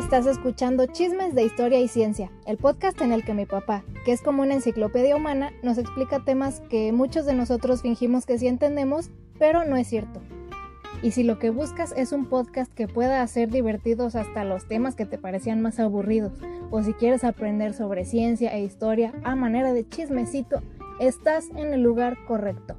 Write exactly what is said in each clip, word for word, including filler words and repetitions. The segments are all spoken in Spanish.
Estás escuchando Chismes de Historia y Ciencia, el podcast en el que mi papá, que es como una enciclopedia humana, nos explica temas que muchos de nosotros fingimos que sí entendemos, pero no es cierto. Y si lo que buscas es un podcast que pueda hacer divertidos hasta los temas que te parecían más aburridos, o si quieres aprender sobre ciencia e historia a manera de chismecito, estás en el lugar correcto.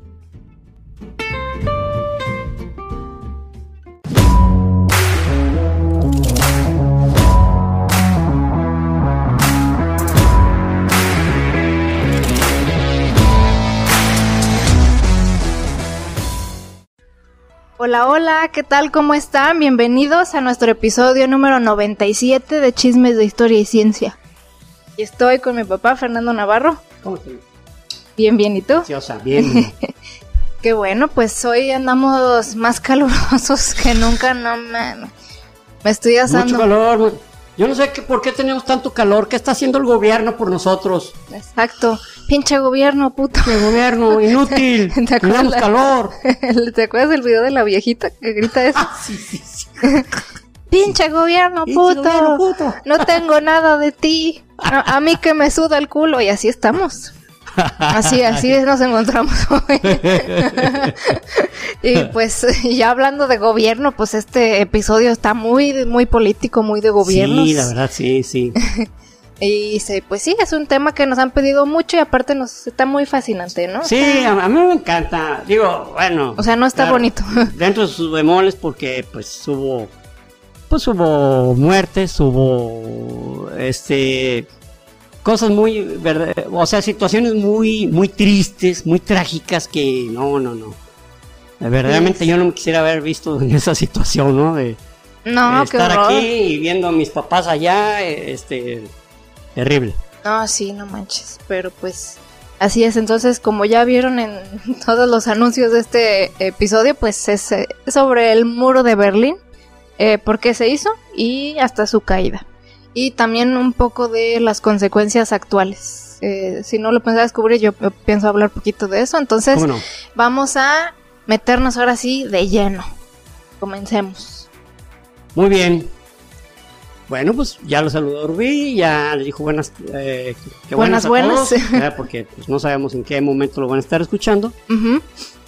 Hola, hola, ¿qué tal? ¿Cómo están? Bienvenidos a nuestro episodio número noventa y siete de Chismes de Historia y Ciencia. Y estoy con mi papá, Fernando Navarro. ¿Cómo estás? Bien, bien, ¿y tú? Preciosa, bien. Qué bueno, pues hoy andamos más calurosos que nunca, no me, me estoy asando. Mucho calor. Yo no sé qué, por qué tenemos tanto calor. ¿Qué está haciendo el gobierno por nosotros? Exacto. Pinche gobierno, puto. Pinche gobierno, inútil. Tenemos calor. ¿Te acuerdas del video de la viejita que grita eso? Ah, sí, sí, sí. Pinche gobierno, puto. Pinche gobierno, puto. No tengo nada de ti. A, a mí que me suda el culo. Y así estamos. Así, así nos encontramos hoy. Y pues ya hablando de gobierno, pues este episodio está muy, muy político, muy de gobiernos. Sí, la verdad, sí, sí. Y pues sí, es un tema que nos han pedido mucho y aparte nos está muy fascinante, ¿no? Sí, a, a mí me encanta. Digo, bueno. O sea, no está claro, bonito. Dentro de sus bemoles, porque pues hubo, pues hubo muertes, hubo, este... cosas muy, verdad, o sea, situaciones muy, muy tristes, muy trágicas que no, no, no. Verdaderamente yo no me quisiera haber visto en esa situación, ¿no? De, no, de estar qué horror. Aquí y viendo a mis papás allá, este, terrible. No, sí, no manches, pero pues así es. Entonces, como ya vieron en todos los anuncios de este episodio, pues es sobre el muro de Berlín, eh, por qué se hizo y hasta su caída. Y también un poco de las consecuencias actuales. Eh, si no lo pensaba descubrir, yo pienso hablar un poquito de eso. Entonces, ¿cómo no? Vamos a meternos ahora sí de lleno. Comencemos. Muy bien. Bueno, pues ya lo saludó Rubí, ya le dijo buenas, eh, que buenas, buenas. buenas. Todos, porque pues, no sabemos en qué momento lo van a estar escuchando. Uh-huh.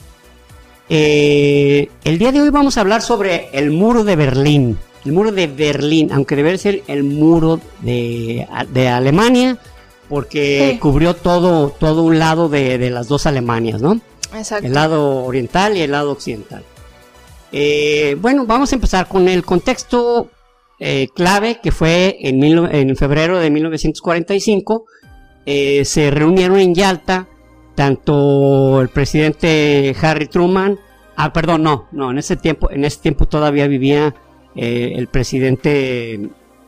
Eh, el día de hoy vamos a hablar sobre el muro de Berlín. El muro de Berlín, aunque debe ser el muro de, de Alemania, porque sí. cubrió todo, todo un lado de, de las dos Alemanias, ¿no? Exacto. El lado oriental y el lado occidental. Eh, bueno, vamos a empezar con el contexto eh, clave, que fue en, mil, en febrero de mil novecientos cuarenta y cinco. Eh, se reunieron en Yalta tanto el presidente Harry Truman, ah, perdón, no, no, en ese tiempo, en ese tiempo todavía vivía Eh, el presidente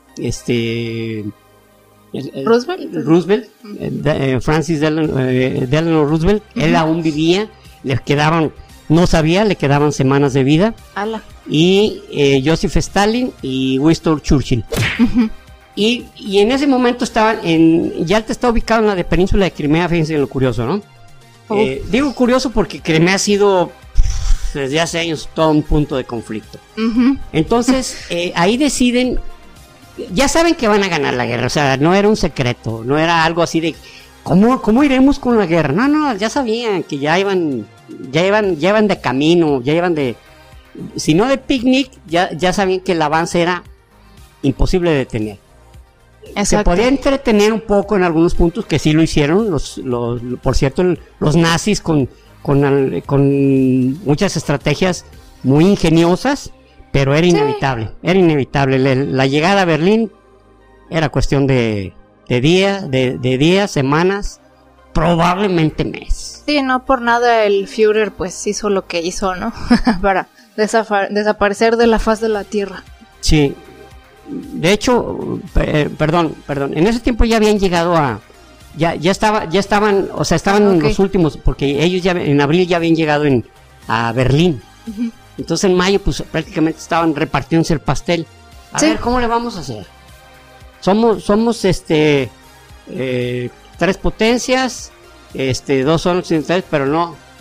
este el, el, Roosevelt, Roosevelt eh, Francis Delano, eh, Delano Roosevelt. Uh-huh. Él aún vivía, le quedaban, no sabía, le quedaban semanas de vida. Ala. Y eh, Joseph Stalin y Winston Churchill. Uh-huh. y, y en ese momento estaban en Yalta, está ubicado en la de península de Crimea. Fíjense en lo curioso, ¿no? Uh-huh. eh, digo curioso porque Crimea ha sido desde hace años todo un punto de conflicto. Uh-huh. Entonces, eh, ahí deciden, ya saben que van a ganar la guerra, o sea, no era un secreto, no era algo así de, ¿cómo, cómo iremos con la guerra? No, no, ya sabían que ya iban, ya iban, ya iban de camino, ya iban de, si no de picnic, ya, ya sabían que el avance era imposible de detener. Exacto. Se podía entretener un poco en algunos puntos, que sí lo hicieron, los, los, por cierto, los nazis con... Con, con muchas estrategias muy ingeniosas, pero era inevitable, sí. era inevitable. La, la llegada a Berlín era cuestión de, de días, de, de días, semanas, probablemente meses. Sí, no por nada el Führer pues hizo lo que hizo, ¿no? Para desafa- desaparecer de la faz de la tierra. Sí, de hecho, eh, perdón, perdón, en ese tiempo ya habían llegado a Ya, ya estaba, ya estaban, o sea, estaban ah, okay. los últimos, porque ellos ya en abril ya habían llegado en, a Berlín. Uh-huh. Entonces en mayo, pues prácticamente estaban repartiéndose el pastel. A ¿Sí? ver, ¿cómo le vamos a hacer? Somos, somos este, eh, tres potencias, este, dos son occidentales, pero no,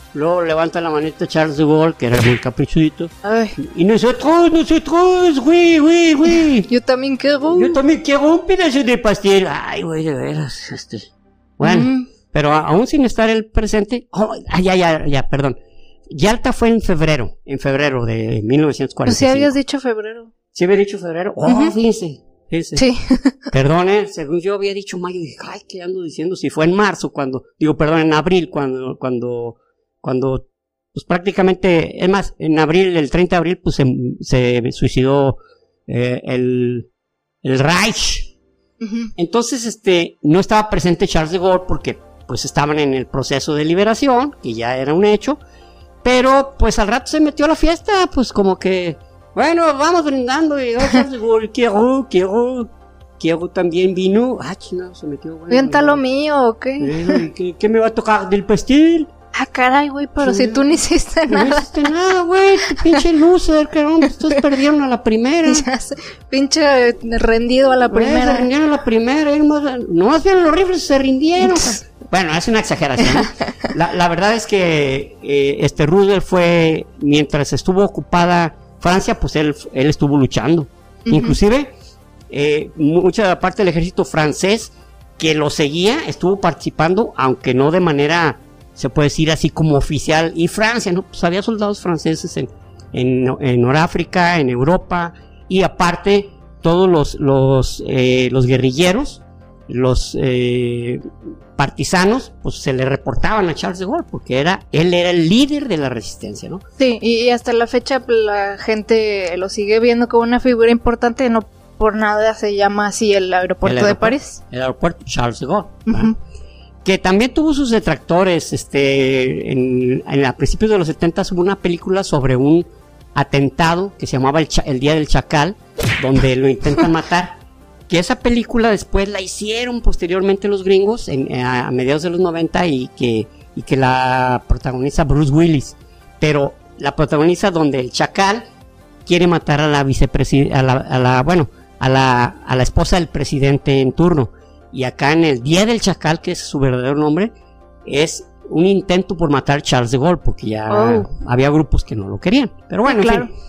Luego levanta la manita Charles de Gaulle, que era muy caprichudito. Ay. Y nosotros, nosotros, güey, güey, güey. Yo también quiero. Yo también quiero un pedazo de pastel. Ay, güey, de veras. Este. Bueno, mm. pero a, aún sin estar el presente. Oh, ah, ya, ya, ya, perdón. Yalta fue en febrero, en febrero de mil novecientos cuarenta y cinco. Pues sí habías dicho febrero. ¿Sí había dicho febrero? Oh, uh-huh. fíjense. Fíjense. Sí. Perdón, según yo había dicho mayo. Y dije, ay, ¿qué ando diciendo? Si fue en marzo cuando, digo, perdón, en abril cuando, cuando, cuando, pues prácticamente, es más, en abril, el treinta de abril, pues se, se suicidó eh, el, el Reich. Uh-huh. Entonces, este, no estaba presente Charles de Gaulle porque, pues, estaban en el proceso de liberación, que ya era un hecho. Pero, pues, al rato se metió a la fiesta, pues, como que, bueno, vamos brindando, y Charles de Gaulle, quiero, quiero, quiero también vino. Ah, chino, se metió, bueno. ¿Vienta lo mío o qué? Eh, ¿qué? ¿Qué me va a tocar del pastel? Ah, caray, güey, pero sí, si tú no hiciste nada. No hiciste nada, güey, pinche loser, caramba, estos perdieron a la primera. Ya sé, pinche rendido a la güey, primera. Se rindieron a la primera, no más bien los rifles se rindieron. Bueno, es una exageración, ¿no? La, la verdad es que eh, este Roosevelt fue, mientras estuvo ocupada Francia, pues él, él estuvo luchando. Uh-huh. Inclusive, eh, mucha parte del ejército francés que lo seguía estuvo participando, aunque no de manera, se puede decir así como oficial. Y Francia, ¿no? Pues había soldados franceses en, en, en Noráfrica, en Europa, y aparte todos los, los, eh, los guerrilleros, los eh, partisanos, pues se le reportaban a Charles de Gaulle porque era, él era el líder de la resistencia, ¿no? Sí, y hasta la fecha la gente lo sigue viendo como una figura importante, no por nada se llama así el aeropuerto, el aeropuerto de París. El aeropuerto Charles de Gaulle, uh-huh. que también tuvo sus detractores, este, en, en a principios de los setenta hubo una película sobre un atentado que se llamaba el, Cha- el Día del Chacal, donde lo intentan matar. Que esa película después la hicieron posteriormente los gringos en, a, a mediados de los noventa y que, y que la protagoniza Bruce Willis, pero la protagoniza donde el chacal quiere matar a la vicepresidenta, a la, a la, bueno, a la, a la esposa del presidente en turno, y acá en el Día del Chacal, que es su verdadero nombre, es un intento por matar a Charles de Gaulle, porque ya oh. había grupos que no lo querían, pero bueno, sí, claro. En fin.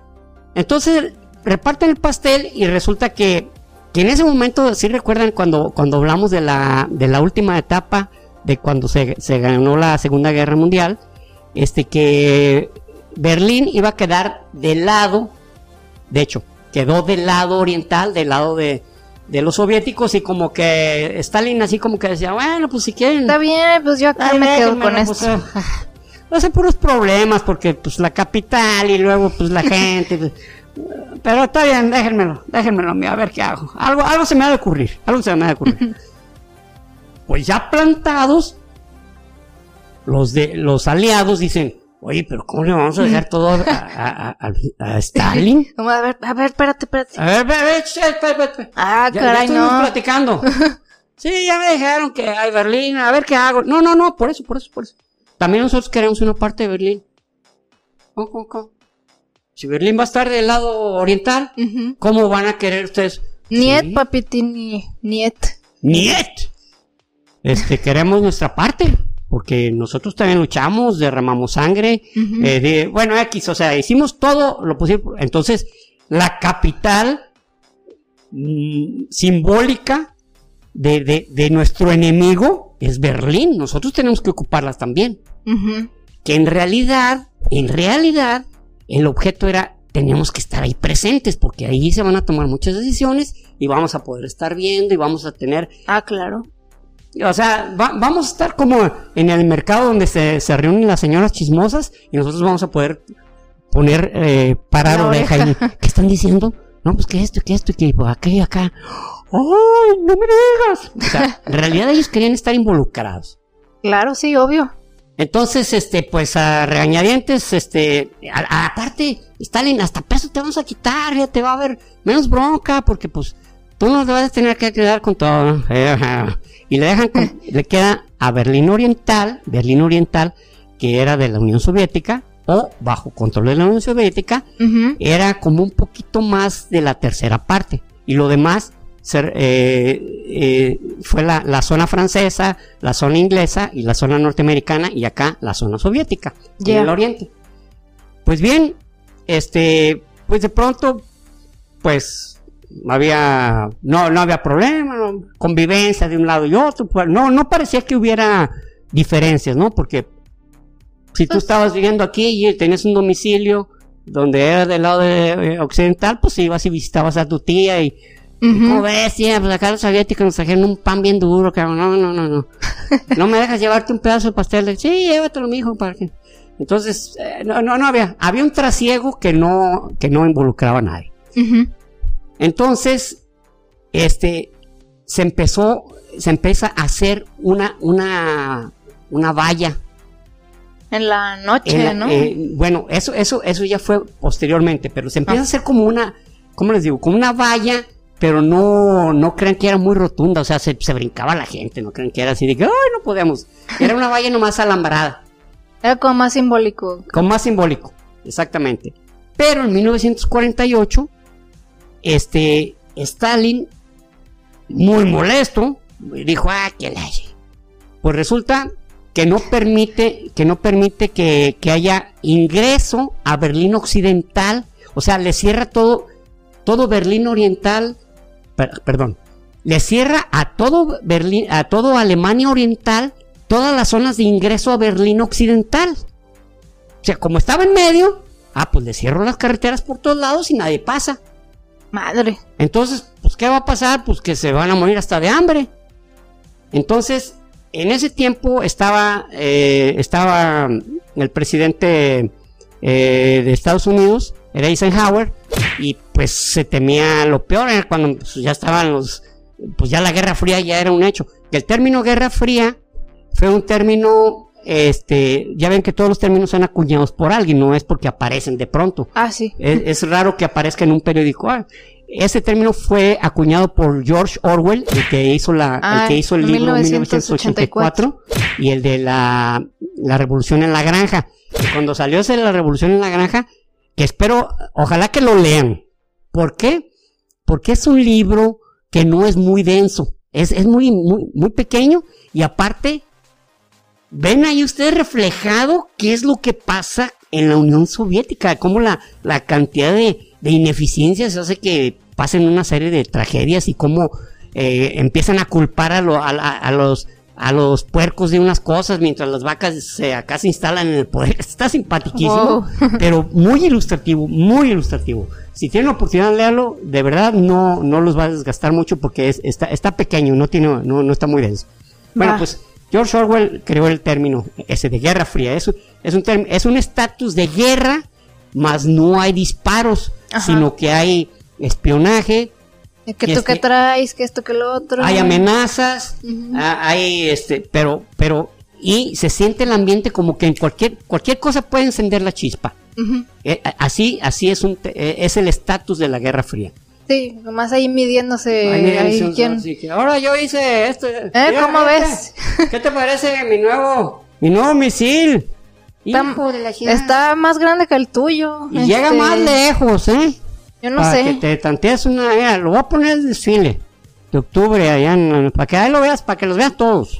Entonces reparten el pastel y resulta que Que en ese momento, ¿sí recuerdan cuando, cuando hablamos de la, de la última etapa de cuando se, se ganó la Segunda Guerra Mundial? Este, que Berlín iba a quedar del lado, de hecho, quedó del lado oriental, del lado de, de los soviéticos, y como que Stalin así como que decía, bueno, pues si quieren. Está bien, pues yo acá me quedo con pues, esto. No sé, puros problemas, porque pues la capital y luego pues la gente... Pues, pero está bien, déjenmelo, déjenmelo a ver qué hago. Algo, algo se me ha de ocurrir, algo se me ha de ocurrir. Pues ya plantados, los de los aliados dicen, oye, pero ¿cómo le vamos a dejar todo a, a, a, a Stalin? A ver, a ver, espérate, espérate. A ver, espérate, espérate, espérate. Ah, ya, caray, ya no. platicando. Sí, ya me dijeron que hay Berlín, a ver qué hago. No, no, no, por eso, por eso, por eso. También nosotros queremos una parte de Berlín. ¿Cómo, cómo, cómo? Si Berlín va a estar del lado oriental, uh-huh. ¿cómo van a querer ustedes? Niet, ¿sí? Papitín, ni, niet. Niet. Este, queremos nuestra parte, porque nosotros también luchamos, derramamos sangre, uh-huh. eh, de, bueno, X, o sea, hicimos todo lo posible. Entonces, la capital mmm, simbólica de, de, de nuestro enemigo es Berlín. Nosotros tenemos que ocuparlas también. Uh-huh. Que en realidad, en realidad, el objeto era, teníamos que estar ahí presentes, porque ahí se van a tomar muchas decisiones y vamos a poder estar viendo y vamos a tener... Ah, claro. O sea, va, vamos a estar como en el mercado donde se, se reúnen las señoras chismosas y nosotros vamos a poder poner, eh, parar la oreja. oreja y, ¿qué están diciendo? No, pues que esto, que esto, y que acá y acá. ¡Ay, no me digas! O sea, en realidad ellos querían estar involucrados. Claro, sí, obvio. Entonces, este, pues a regañadientes, este, a, a, aparte, Stalin, hasta peso te vamos a quitar, ya te va a haber menos bronca, porque pues tú no te vas a tener que quedar con todo, ¿no? Y le dejan, con, le queda a Berlín Oriental, Berlín Oriental, que era de la Unión Soviética, o bajo control de la Unión Soviética, uh-huh. era como un poquito más de la tercera parte, y lo demás ser, eh, eh, fue la, la zona francesa, la zona inglesa y la zona norteamericana, y acá la zona soviética, yeah. en el oriente. Pues bien, este, pues de pronto, pues había, no, no había problema, no, convivencia de un lado y otro, pues, no, no parecía que hubiera diferencias, ¿no? Porque si tú estabas viviendo aquí y tenías un domicilio donde era del lado de, eh, occidental, pues ibas y visitabas a tu tía y, uh-huh. y ¿cómo ves, tía? Pues acá los soviéticos nos trajeron un pan bien duro, cabrón. No, no, no, no. ¿No me dejas llevarte un pedazo de pastel? Sí, llévatelo, mijo, para que... Entonces, eh, no, no, no había, había un trasiego que no, que no involucraba a nadie. Uh-huh. Entonces, este, se empezó, se empieza a hacer una, una, una valla. En la noche, en la, ¿no? Eh, bueno, eso, eso, eso ya fue posteriormente, pero se empieza ah. a hacer como una, ¿cómo les digo? Como una valla, pero no, no crean que era muy rotunda, o sea, se, se brincaba la gente, no crean que era así de que, ¡ay, no podemos! Era una valla nomás alambrada. Era como más simbólico. Como más simbólico, exactamente. Pero en mil novecientos cuarenta y ocho, este, Stalin, muy molesto, dijo, ah, que la... Pues resulta que no permite, que no permite que, que haya ingreso a Berlín Occidental, o sea, le cierra todo, todo Berlín Oriental, per, perdón, le cierra a todo Berlín, a todo Alemania Oriental, todas las zonas de ingreso a Berlín Occidental. O sea, como estaba en medio, ah, pues le cierro las carreteras por todos lados y nadie pasa. Madre. Entonces, pues, ¿qué va a pasar? Pues que se van a morir hasta de hambre. Entonces, en ese tiempo estaba, eh, estaba el presidente eh, de Estados Unidos, era Eisenhower, y pues se temía lo peor, era cuando pues, ya estaban los, pues ya la Guerra Fría ya era un hecho. Que el término Guerra Fría fue un término, este, ya ven que todos los términos son acuñados por alguien, no es porque aparecen de pronto. Ah, sí. Es, es raro que aparezca en un periódico. Ah, ese término fue acuñado por George Orwell, el que hizo la, ah, el que hizo el libro mil novecientos ochenta y cuatro, y el de la, la Revolución en la Granja. Y cuando salió ese de la Revolución en la Granja, que espero, ojalá que lo lean. ¿Por qué? Porque es un libro que no es muy denso, es, es muy, muy, muy pequeño, y aparte, ven ahí ustedes reflejado qué es lo que pasa en la Unión Soviética, cómo la, la cantidad de, de ineficiencias hace que pasen una serie de tragedias y cómo eh, empiezan a culpar a, lo, a, a, los, a los puercos de unas cosas mientras las vacas se, acá se instalan en el poder. Está simpaticísimo, wow. Pero muy ilustrativo, muy ilustrativo. Si tienen la oportunidad de leerlo, de verdad no, no los va a desgastar mucho porque es, está, está pequeño, no, tiene, no, no está muy denso. Bueno, ah. pues George Orwell creó el término ese de Guerra Fría. Es, es un term, es un estatus de guerra, más no hay disparos, ajá, sino que hay espionaje. Que tú este, que traes, que esto, que lo otro. Hay amenazas, uh-huh, hay este, pero, pero, y se siente el ambiente como que en cualquier, cualquier cosa puede encender la chispa. Uh-huh. Eh, así, así es un, eh, es el estatus de la Guerra Fría. Sí, nomás ahí midiéndose. Ahí ahí quién... que ahora yo hice esto. ¿Eh? Mira, ¿cómo ¿qué ves? Te, ¿Qué te parece mi nuevo, mi nuevo misil? Está, Hijo de la está más grande que el tuyo. Y este... llega más lejos, ¿eh? Yo no para sé. Que te tantees una, mira, lo voy a poner el desfile de octubre allá, en, para que ahí lo veas, para que los veas todos.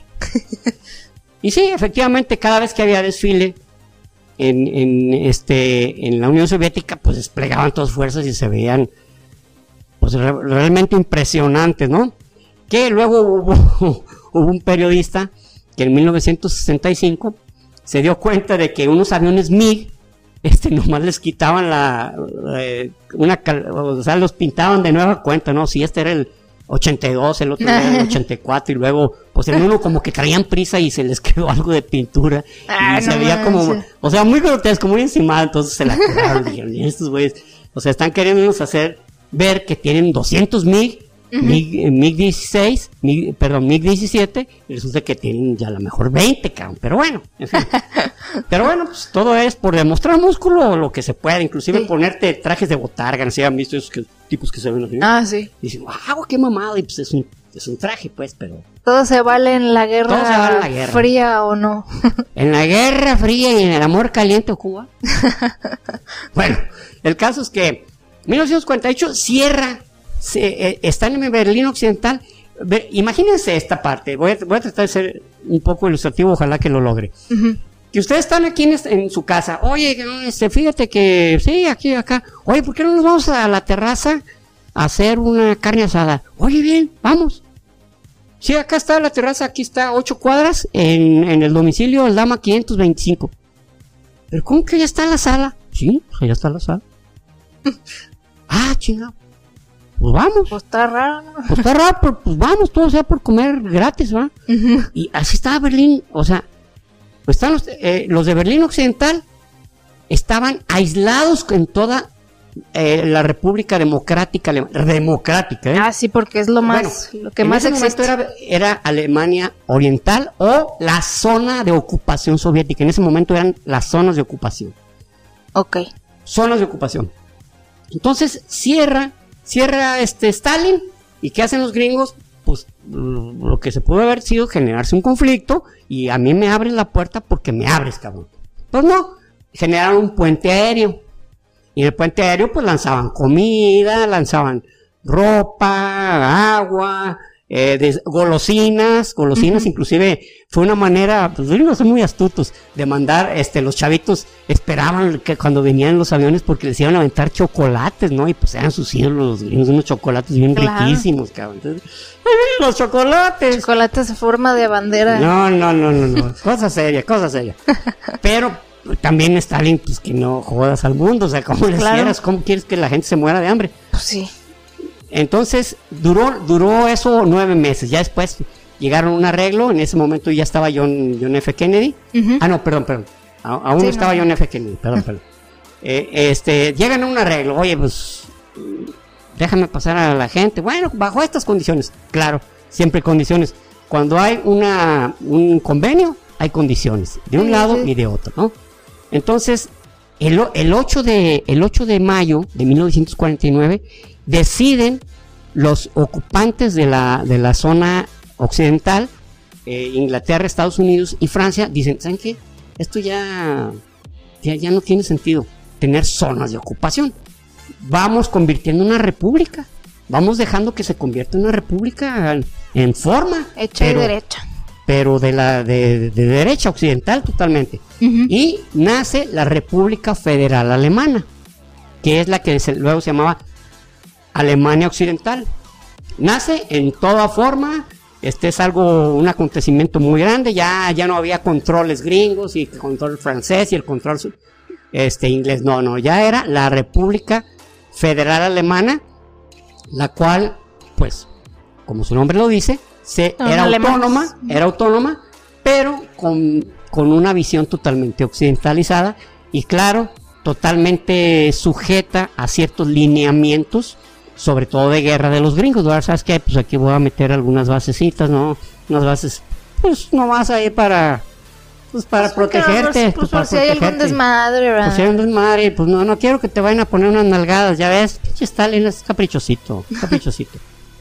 Y sí, efectivamente, cada vez que había desfile en, en este, en la Unión Soviética, pues desplegaban todas fuerzas y se veían, pues re, realmente impresionantes, ¿no? Que luego hubo, hubo un periodista que en mil novecientos sesenta y cinco se dio cuenta de que unos aviones M I G, este, nomás les quitaban la, eh, una, o sea, los pintaban de nueva cuenta, ¿no? Si este era el ochenta y dos, el otro era el ochenta y cuatro, y luego, pues en uno como que traían prisa y se les quedó algo de pintura, ah, y se no veía como, o sea, muy grotesco, muy encimado, entonces se la quedaron, dijeron, y estos güeyes, o sea, están queriéndonos hacer ver que tienen doscientos M I G, Uh-huh. M I G dieciséis, M I G, perdón, M I G diecisiete, y resulta que tienen ya a lo mejor veinte, cabrón, pero bueno, en fin. Pero bueno, pues todo es por demostrar músculo o lo que se puede, inclusive sí, ponerte trajes de botarga, no sé si han visto esos que, tipos que se ven así. Ah, sí. Y dicen, wow, qué mamada, y pues es un, es un traje, pues, pero... Todo se vale en la guerra, todo se vale en la guerra fría o no. En la Guerra Fría y en el amor caliente o Cuba. Bueno, el caso es que mil novecientos cuarenta y ocho cierra se, eh, están en Berlín Occidental. Ver, imagínense esta parte, voy a, voy a tratar de ser un poco ilustrativo, ojalá que lo logre. Uh-huh. Que ustedes están aquí en, en su casa, oye, este, fíjate que, sí, aquí, acá, oye, ¿por qué no nos vamos a la terraza a hacer una carne asada? Oye, bien, vamos. Sí, acá está la terraza, aquí está, ocho cuadras, en, en el domicilio del Dama quinientos veinticinco. ¿Pero cómo que ya está la sala? Sí, ya está la sala. Ah, chingado. Pues vamos. Pues está raro, ¿no? Pues está raro, pero pues vamos, todo sea por comer gratis, ¿verdad? Uh-huh. Y así estaba Berlín, o sea, pues están los, eh, los de Berlín Occidental estaban aislados en toda eh, la República Democrática Alemana. Democrática, ¿eh? Ah, sí, porque es lo más, bueno, lo que más existe. Era, era Alemania Oriental o la zona de ocupación soviética. En ese momento eran las zonas de ocupación. Ok. Zonas de ocupación. Entonces cierra, cierra este Stalin, ¿y qué hacen los gringos? Pues lo que se pudo haber sido generarse un conflicto, y a mí me abres la puerta porque me abres, cabrón. Pues no, generaron un puente aéreo, y en el puente aéreo pues lanzaban comida, lanzaban ropa, agua, eh, de, golosinas, golosinas. Uh-huh. Inclusive fue una manera, pues los gringos son muy astutos, de mandar, este, los chavitos esperaban que cuando venían los aviones porque les iban a aventar chocolates, ¿no? Y pues eran sus ídolos, los gringos, unos chocolates bien claro. riquísimos, cabrón. Entonces, ¡ay, los chocolates! Chocolates en forma de bandera. No, no, no, no, no, cosa seria, cosa seria. Pero también Stalin, pues que no jodas al mundo, o sea, ¿cómo le claro. hicieras? ¿Cómo quieres que la gente se muera de hambre? Pues sí. Entonces, duró, duró eso nueve meses, ya después llegaron a un arreglo, en ese momento ya estaba John, John F. Kennedy. Uh-huh. Ah, no, perdón, perdón, a, aún sí, no estaba no. John F. Kennedy, perdón, perdón. Eh, este, llegan a un arreglo, oye, pues, déjame pasar a la gente, bueno, bajo estas condiciones, claro, siempre condiciones, cuando hay una, un convenio, hay condiciones, de un sí, lado sí. y de otro, ¿no? Entonces, el, el, ocho de, el ocho de mayo de mil novecientos cuarenta y nueve, deciden los ocupantes de la, de la zona occidental, eh, Inglaterra, Estados Unidos y Francia, dicen, ¿saben qué? Esto ya, ya, ya no tiene sentido, tener zonas de ocupación. Vamos convirtiendo en una república, vamos dejando que se convierta en una república en, en forma. Hecha pero, y derecha. Pero de la de, de derecha occidental totalmente. Uh-huh. Y nace la República Federal Alemana, que es la que se, luego se llamaba Alemania Occidental. Nace en toda forma, este es algo, un acontecimiento muy grande, ya, ya no había controles gringos y el control francés y el control este, inglés, no, no, ya era la República Federal Alemana, la cual, pues, como su nombre lo dice, se, era autónoma, era autónoma, pero con, con una visión totalmente occidentalizada y claro, totalmente sujeta a ciertos lineamientos, sobre todo de guerra de los gringos. Ahora, ¿sabes qué? Pues aquí voy a meter algunas basecitas, ¿no? Unas bases, pues no vas a ir para, pues para pues protegerte. Pues, pues, para por si hay algún desmadre, ¿verdad? Pues si hay un desmadre, pues no, no quiero que te vayan a poner unas nalgadas, ya ves, pinche Stalin es caprichosito, caprichosito.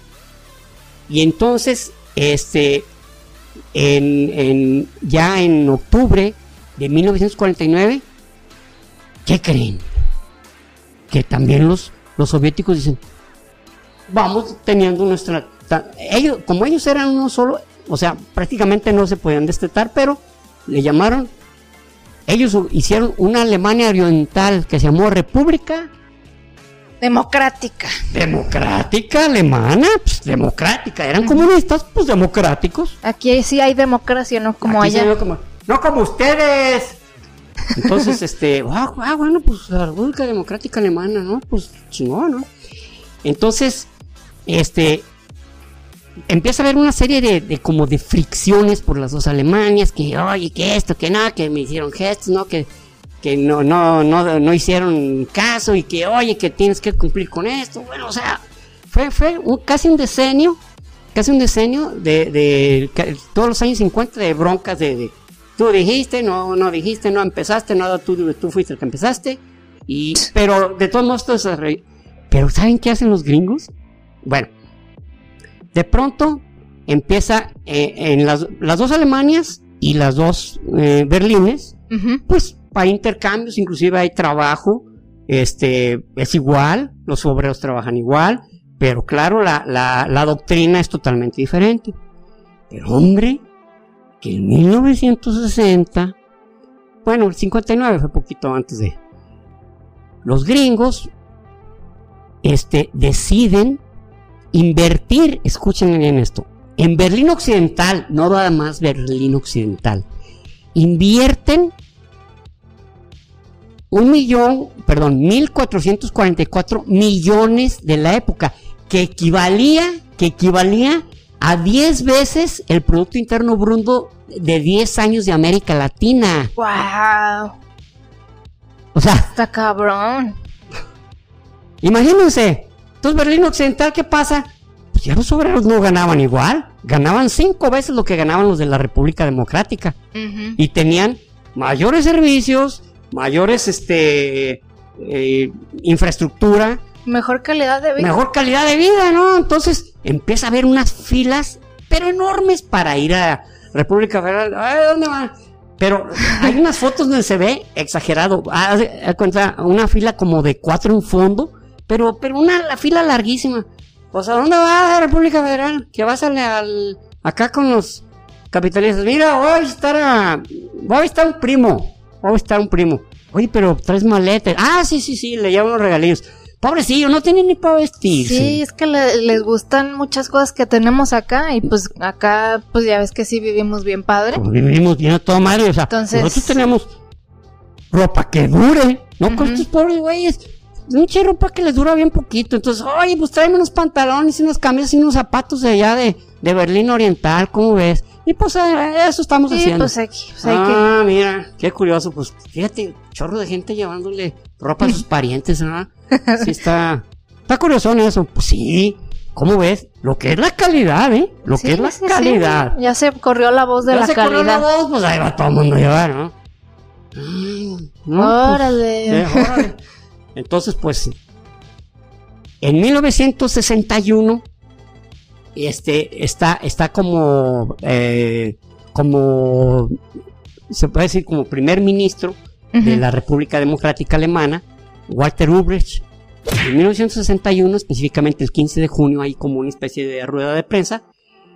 Y entonces, este, en, en, ya en octubre de mil novecientos cuarenta y nueve, ¿qué creen? Que también los, los soviéticos dicen, vamos teniendo nuestra, ta, ellos, como ellos eran uno solo, o sea, prácticamente no se podían destetar, pero le llamaron, ellos hicieron una Alemania Oriental que se llamó República Democrática. Democrática alemana, pues democrática, eran comunistas, pues democráticos. Aquí sí hay democracia, no como Aquí allá. Sí como, no como ustedes. Entonces, este, ah, ah, bueno, pues la República Democrática Alemana, ¿no? Pues chingón, ¿no? Entonces, este, empieza a haber una serie de, de como de fricciones por las dos Alemanias, que oye, que esto, que nada, que me hicieron gestos, ¿no? Que que no, no, no, no hicieron caso y que, oye, que tienes que cumplir con esto. Bueno, o sea, fue, fue un, casi un decenio, casi un decenio de, de, de todos los años cincuenta de broncas de, de tú dijiste, no, no dijiste, no empezaste, no, tú, tú fuiste el que empezaste, y, pero de todos modos, todo eso, pero ¿saben qué hacen los gringos? Bueno, de pronto empieza eh, en las, las dos Alemanias y las dos eh, Berlines, uh-huh. pues hay intercambios, inclusive hay trabajo, este, es igual, los obreros trabajan igual, Pero claro, la, la, la doctrina es totalmente diferente. Pero hombre, que en mil novecientos sesenta, bueno, el cincuenta y nueve fue poquito antes de... Los gringos este, deciden invertir, escuchen bien esto, en Berlín Occidental, no nada más Berlín Occidental, invierten un millón, perdón, mil cuatrocientos cuarenta y cuatro millones de la época, que equivalía, que equivalía a diez veces el Producto Interno Bruto de diez años de América Latina. ¡Wow! O sea, Está cabrón. Imagínense. Entonces, Berlín Occidental, ¿qué pasa? Pues ya los obreros no ganaban igual. Ganaban cinco veces lo que ganaban los de la República Democrática. Uh-huh. Y tenían mayores servicios, mayores este eh, infraestructura, Mejor calidad de vida. mejor calidad de vida, ¿no? Entonces empieza a haber unas filas, pero enormes, para ir a República Federal. Ay, ¿dónde van? Pero hay unas fotos donde se ve exagerado. Haz de cuenta, una fila como de cuatro en fondo, pero, pero una la fila larguísima. Pues, ¿a dónde vas, a República Federal? Que vas al, al acá con los capitalistas. Mira, voy a visitar a, voy a visitar a un primo. Voy a visitar a un primo. Oye, pero traes maletas. Ah, sí, sí, sí, le llevo unos regalillos. Pobrecillo, no tiene ni para vestirse. Sí, es que le, les gustan muchas cosas que tenemos acá. Y pues acá, pues ya ves que sí vivimos bien padre. Pues vivimos bien a toda madre. O sea, Entonces... nosotros tenemos ropa que dure. No Uh-huh. con estos pobres güeyes. Mucha ropa que les dura bien poquito. Entonces, oye, pues tráeme unos pantalones y unas camisas y unos zapatos de allá de, de Berlín Oriental. ¿Cómo ves? Y pues eh, eso estamos Sí, haciendo. pues aquí, pues hay Ah, mira, qué curioso. Pues fíjate, chorro de gente llevándole ropa a sus parientes, ¿verdad? Sí, está, está curioso en eso. Pues sí, ¿cómo ves? Lo que es la calidad, ¿eh? Lo Sí, que es la sí, sí. calidad. Ya se corrió la voz de Ya la se corrió calidad. la voz, pues ahí va todo el mundo a llevar, ¿no? Mm, no, pues, Órale. sí, órale. Entonces, pues, en mil novecientos sesenta y uno, este, está, está como, eh, como, se puede decir como primer ministro Uh-huh. de la República Democrática Alemana, Walter Ulbricht. En mil novecientos sesenta y uno, específicamente el quince de junio, hay como una especie de rueda de prensa,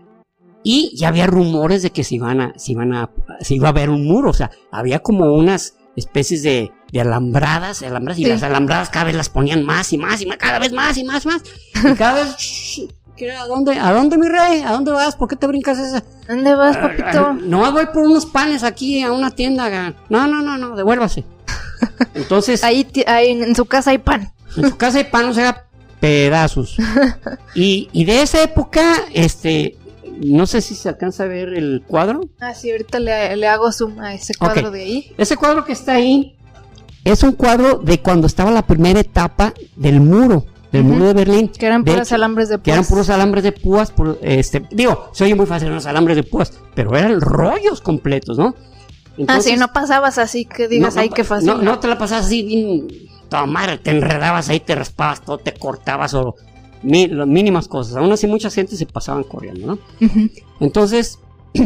y ya había rumores de que se iban a, se iban a, se iba a ver un muro. O sea, había como unas especies de, de alambradas, alambradas, y Sí. las alambradas cada vez las ponían más y más y más, cada vez más y más y más, y cada vez, shh, ¿qué, ¿a dónde, a dónde, mi rey? ¿A dónde vas? ¿Por qué te brincas esa? ¿Dónde vas, Ah, papito? ah, No, voy por unos panes aquí a una tienda. No, no, no, no, devuélvase. Entonces, Ahí, ti- ahí en su casa hay pan. en su casa de pan, o sea, pedazos. Y, y de esa época, este, no sé si se alcanza a ver el cuadro. Ah, sí, ahorita le, le hago zoom a ese cuadro Ok. de ahí. Ese cuadro que está ahí es un cuadro de cuando estaba la primera etapa del muro, del Ujú. muro de Berlín. Que eran De puros hecho, alambres de púas. Que eran puros alambres de púas, por, este, digo, se oye muy fácil los alambres de púas, pero eran rollos completos, ¿no? Ah, Entonces, sí, no pasabas así que digas, no, ay, no, qué fácil. No, no te la pasabas así bien, toda madre, te enredabas ahí, te raspabas todo, te cortabas o mi, las mínimas cosas. Aún así mucha gente se pasaban corriendo, ¿no? Ujú. Entonces,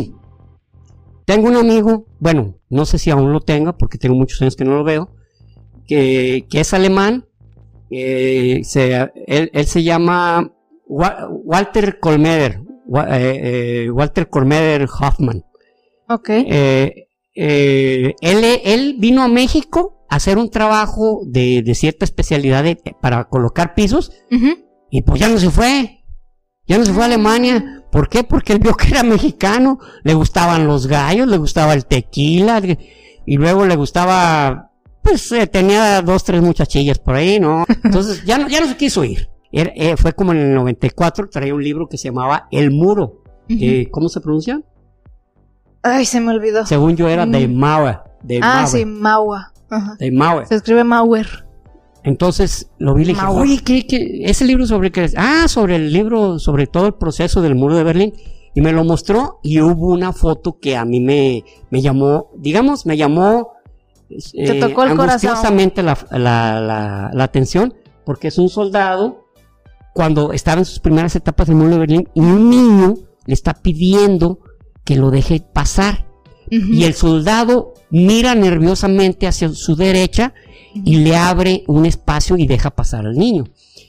tengo un amigo, bueno, no sé si aún lo tenga, porque tengo muchos años que no lo veo, que, que es alemán, eh, se, él, él se llama Wa- Walter Kolmeder, Wa- eh, eh, Walter Kolmeder Hoffman. Ok. Eh, eh, él, él vino a México a hacer un trabajo de, de cierta especialidad de- para colocar pisos, Ujú. y pues ya no se fue, ya no se fue a Alemania. ¿Por qué? Porque él vio que era mexicano, le gustaban los gallos, le gustaba el tequila, y luego le gustaba, pues eh, tenía dos, tres muchachillas por ahí, ¿no? Entonces ya no, ya no se quiso ir. Era- eh, fue como en el noventa y cuatro, traía un libro que se llamaba El Muro. Eh, ¿Cómo se pronuncia? Ay, se me olvidó. Según yo era de Mm. Mauer. De Ah, Mauer, sí, Maua. Ajá. de Mauer. Se escribe Mauer. Entonces lo vi y le dije, Mauer. oye, ¿qué, qué? ¿Ese libro sobre qué es? Ah, sobre el libro, sobre todo el proceso del muro de Berlín. Y me lo mostró y hubo una foto que a mí me, me llamó, digamos, me llamó Te tocó el corazón. angustiosamente la, la, la, la atención, porque es un soldado cuando estaba en sus primeras etapas del muro de Berlín y un niño le está pidiendo que lo deje pasar. Ujú. Y el soldado mira nerviosamente hacia su derecha y le abre un espacio y deja pasar al niño.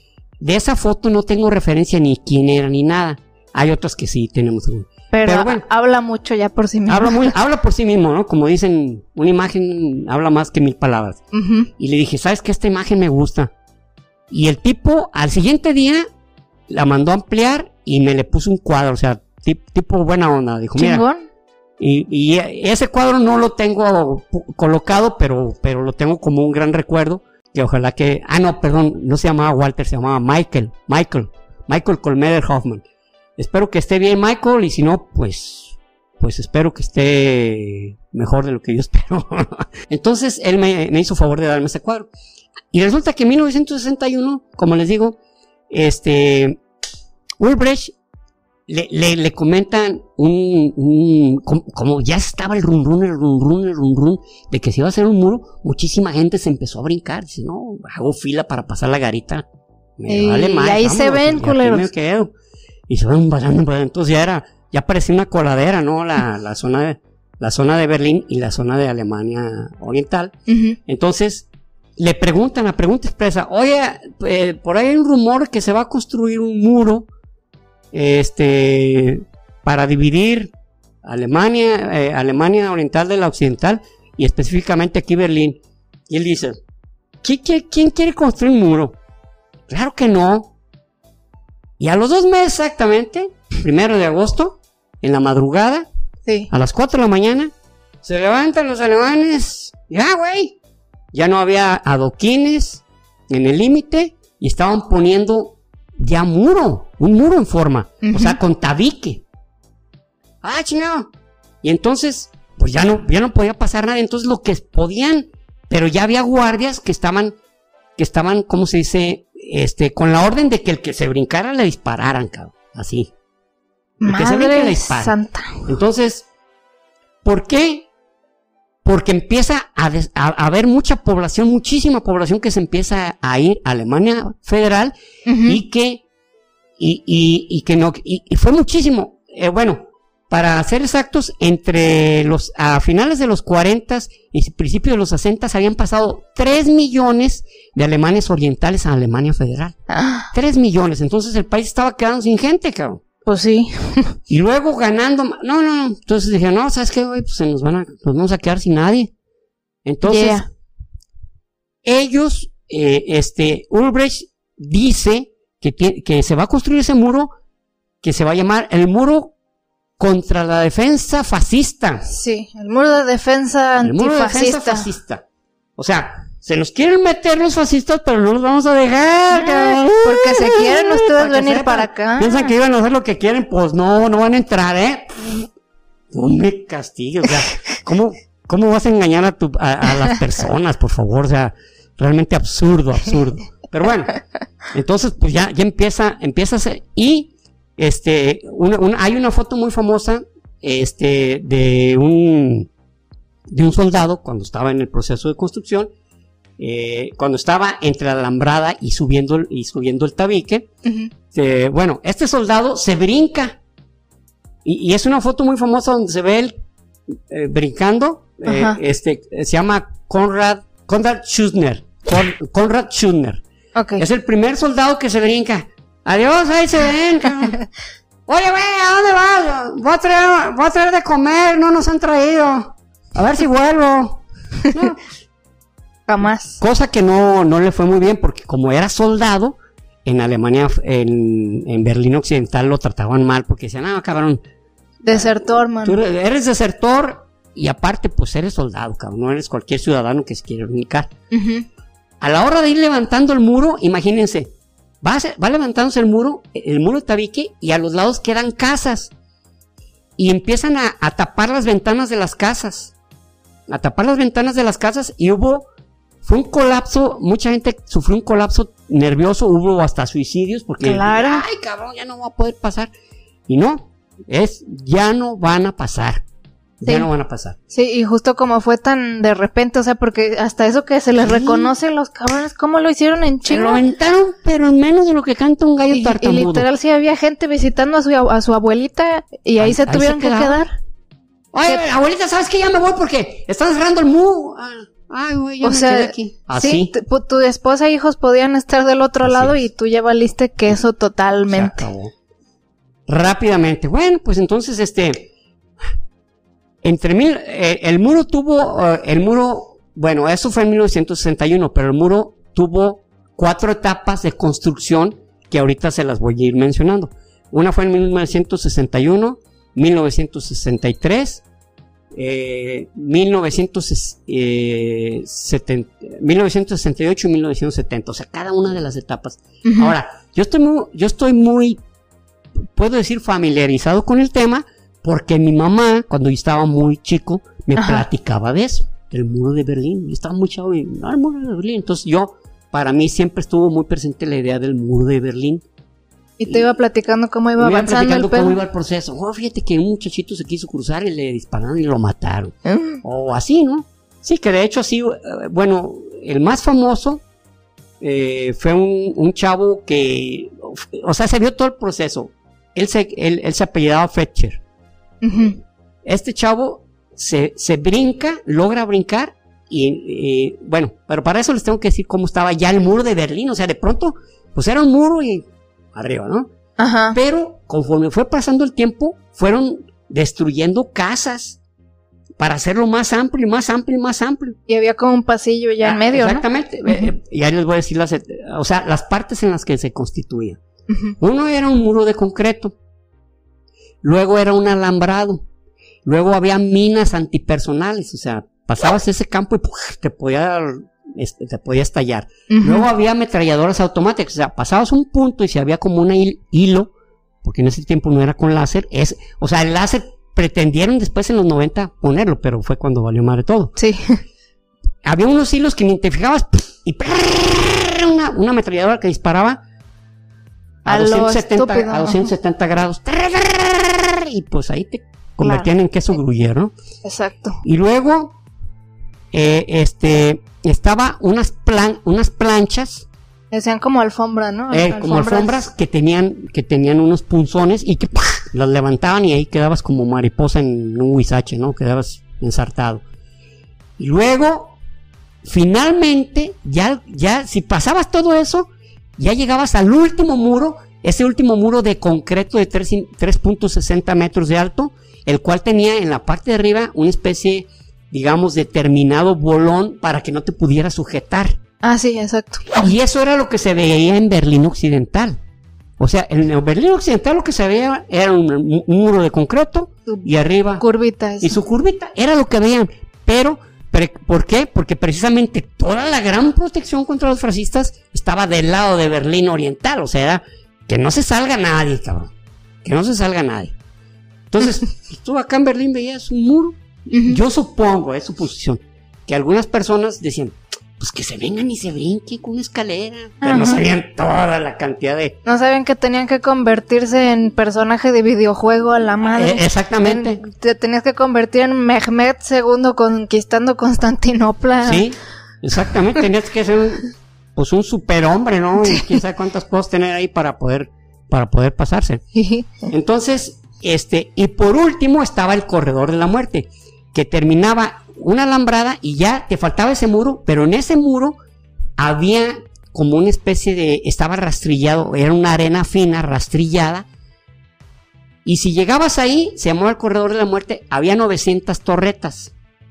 de esa foto no tengo referencia ni quién era ni nada. Hay otras que sí tenemos. Pero, Pero bueno, habla mucho ya por sí mismo. Habla, muy, habla por sí mismo, ¿no? Como dicen, una imagen habla más que mil palabras. Uh-huh. Y le dije, ¿sabes qué? Esta imagen me gusta. Y el tipo, al siguiente día, la mandó a ampliar y me le puso un cuadro, o sea, tip, tipo buena onda. Dijo, mira. ¿Chingón? Y, y ese cuadro no lo tengo colocado, pero, pero lo tengo como un gran recuerdo. Que ojalá que... Ah, no, perdón, no se llamaba Walter, se llamaba Michael. Michael. Michael Colmeder Hoffman. Espero que esté bien, Michael, y si no, pues, pues espero que esté mejor de lo que yo espero. Entonces, él me, me hizo favor de darme ese cuadro. Y resulta que en mil novecientos sesenta y uno, como les digo, este, Ulbricht le, le, le comentan un, un como, como ya estaba el run run, el run run, el run run, de que se iba a hacer un muro, muchísima gente se empezó a brincar. Dice, no, hago fila para pasar la garita. Me y, vale más. Y ahí vámonos, se ven, culeros. Y se van pasando, pues, entonces ya era, ya parecía una coladera, ¿no? La, la zona de, la zona de Berlín y la zona de Alemania Oriental. Uh-huh. Entonces, le preguntan, la pregunta expresa, oye, eh, por ahí hay un rumor que se va a construir un muro, este, para dividir Alemania, eh, Alemania Oriental de la Occidental, y específicamente aquí Berlín. Y él dice, ¿quién, quién, quién quiere construir un muro? Claro que no. Y a los dos meses exactamente, primero de agosto, en la madrugada, sí. A las cuatro de la mañana, se levantan los alemanes, ya güey, ya no había adoquines en el límite, y estaban poniendo ya muro, un muro en forma, uh-huh. O sea, con tabique. Ah, chingado. Y entonces, pues ya no, ya no podía pasar nada, entonces lo que podían, pero ya había guardias que estaban, que estaban, ¿cómo se dice?, Este, con la orden de que el que se brincara le dispararan, cabrón, así. El Madre que se brinque le dispara. Santa. Entonces, ¿por qué? Porque empieza a, des, a, a haber mucha población, muchísima población que se empieza a ir a Alemania Federal, uh-huh. y que, y, y, y que no, y, y fue muchísimo, eh, bueno, para ser exactos, entre los, a finales de los cuarentas y principios de los sesentas habían pasado tres millones de alemanes orientales a Alemania Federal. Ah. tres millones, entonces el país estaba quedando sin gente, cabrón. Pues sí. Y luego ganando, no, no, no, entonces dije, no, ¿sabes qué, güey? Pues se nos van a, nos vamos a quedar sin nadie. Entonces, yeah. ellos, eh, este, Ulbricht dice que, t- que se va a construir ese muro, que se va a llamar el muro contra la defensa fascista. Sí, el muro de defensa antifascista. El muro de defensa fascista. O sea, se nos quieren meter los fascistas, pero no los vamos a dejar. No, porque se quieren ustedes para venir sepan, para acá. Piensan que iban a hacer lo que quieren, pues no, no van a entrar, ¿eh? No me castigues, o sea, ¿cómo, cómo vas a engañar a, tu, a, a las personas, por favor? O sea, realmente absurdo, absurdo. Pero bueno, entonces pues ya, ya empieza, empieza a ser, y Este, una, una, hay una foto muy famosa, este, de un, de un soldado cuando estaba en el proceso de construcción, eh, cuando estaba entre la alambrada y subiendo, y subiendo el tabique. Uh-huh. eh, bueno, este soldado se brinca, y, y es una foto muy famosa donde se ve él eh, brincando, eh, este, se llama Konrad, Konrad Schüttner, Kon, Konrad Schüttner. Okay. Es el primer soldado que se brinca. Adiós, ahí se ven, cabrón. Oye, güey, ¿a dónde vas? Voy a traer, voy a traer de comer, no nos han traído. A ver si vuelvo. No. Jamás. Cosa que no, no le fue muy bien, porque como era soldado, en Alemania, en, en Berlín Occidental lo trataban mal, porque decían, ah, cabrón. Desertor, man. Tú eres desertor, y aparte, pues eres soldado, cabrón, no eres cualquier ciudadano que se quiere brincar. Uh-huh. A la hora de ir levantando el muro, imagínense, Va, ser, va levantándose el muro, el muro de tabique, y a los lados quedan casas. Y empiezan a, a tapar las ventanas de las casas. A tapar las ventanas de las casas, y hubo, fue un colapso, mucha gente sufrió un colapso nervioso, hubo hasta suicidios, porque, claro. Ay, cabrón, ya no va a poder pasar. Y no, es, ya no van a pasar. Ya sí. no van a pasar. Sí, y justo como fue tan de repente, o sea, porque hasta eso que se les sí. reconoce a los cabrones, ¿cómo lo hicieron en China? Lo aventaron, pero en menos de lo que canta un gallo y, tartamudo. Y literal sí había gente visitando a su, a su abuelita, y ahí, ahí se ahí tuvieron se que quedar. Oye, ¿Qué? abuelita, ¿sabes qué? Ya me voy porque están cerrando el muro. Ah, Ay, güey, yo o me sea, quedé aquí. Así. Sí, tu, tu esposa e hijos podían estar del otro Así lado es. y tú ya valiste queso Se totalmente. acabó. Rápidamente. Bueno, pues entonces, este, entre mil, eh, el muro tuvo, uh, el muro, bueno, eso fue en mil novecientos sesenta y uno, pero el muro tuvo cuatro etapas de construcción que ahorita se las voy a ir mencionando. Una fue en mil novecientos sesenta y uno, mil novecientos sesenta y tres, eh, mil novecientos setenta, mil novecientos sesenta y ocho y mil novecientos setenta, o sea, cada una de las etapas. Ujú. Ahora, yo estoy muy, yo estoy muy, puedo decir, familiarizado con el tema, porque mi mamá, cuando yo estaba muy chico, me Ajá. platicaba de eso, del muro de Berlín. Yo estaba muy chavo y, no, el muro de Berlín. Entonces yo, para mí siempre estuvo muy presente la idea del muro de Berlín. Y te iba platicando cómo iba Me iba avanzando el platicando pedo. cómo iba el proceso. Oh, fíjate que un muchachito se quiso cruzar y le dispararon y lo mataron. Mm. O así, ¿no? Sí, que de hecho así, eh, bueno, el más famoso eh, fue un, un chavo que, o sea, se vio todo el proceso. Él se, él, él se apellidaba Fletcher. Ujú. Este chavo se, se brinca, logra brincar y, eh, bueno, pero para eso les tengo que decir cómo estaba ya el muro de Berlín. O sea, de pronto, pues era un muro y arriba, ¿no? Ajá. Pero conforme fue pasando el tiempo, fueron destruyendo casas para hacerlo más amplio y más amplio y más amplio. Y había como un pasillo ya en Ah, medio, exactamente. ¿no? Eh, y ahí les voy a decir las, et- o sea, las partes en las que se constituía. Ujú. Uno era un muro de concreto, luego era un alambrado, luego había minas antipersonales, o sea, pasabas ese campo y ¡puf! te podía, este, te podía estallar. Ujú. Luego había ametralladoras automáticas, o sea, pasabas un punto y si había como un hilo, porque en ese tiempo no era con láser, es, o sea, el láser pretendieron después en los noventa ponerlo, pero fue cuando valió madre todo. Sí. Había unos hilos que ni te fijabas y una, una ametralladora que disparaba a, A lo doscientos setenta, estúpido, a doscientos setenta grados y pues ahí te convertían Claro. en queso gruyere, ¿no? Exacto. Y luego eh, este estaba unas plan, unas planchas Decían como alfombra, ¿no? eh, como alfombras que tenían que tenían unos punzones y que ¡pah! Las levantaban y ahí quedabas como mariposa en un huizache, ¿no? Quedabas ensartado. Y luego finalmente ya ya si pasabas todo eso ya llegabas al último muro, ese último muro de concreto de tres punto sesenta metros de alto, el cual tenía en la parte de arriba una especie, digamos, de terminado bolón para que no te pudiera sujetar. Ah, sí, exacto. Y eso era lo que se veía en Berlín Occidental. O sea, en Berlín Occidental lo que se veía era un, un muro de concreto y arriba Curvitas. y su curvita, era lo que veían. Pero, pre- ¿por qué? Porque precisamente toda la gran protección contra los fascistas estaba del lado de Berlín Oriental. O sea, era que no se salga nadie, cabrón. Que no se salga nadie. Entonces, pues, tú acá en Berlín veías un muro. Ujú. Yo supongo, es suposición, que algunas personas decían, pues que se vengan y se brinquen con una escalera. Pero no Ajá. sabían toda la cantidad de... No sabían que tenían que convertirse en personaje de videojuego a la madre. Eh, exactamente. En- te tenías que convertir en Mehmed segundo conquistando Constantinopla. Sí, exactamente. Tenías que ser un, pues un superhombre, ¿no? Y quién sabe cuántas cosas tener ahí para poder, para poder pasarse. Entonces, este, y por último estaba el corredor de la muerte, que terminaba una alambrada y ya te faltaba ese muro, pero en ese muro había como una especie de, estaba rastrillado, era una arena fina, rastrillada, y si llegabas ahí, se llamaba el corredor de la muerte, había novecientas torretas.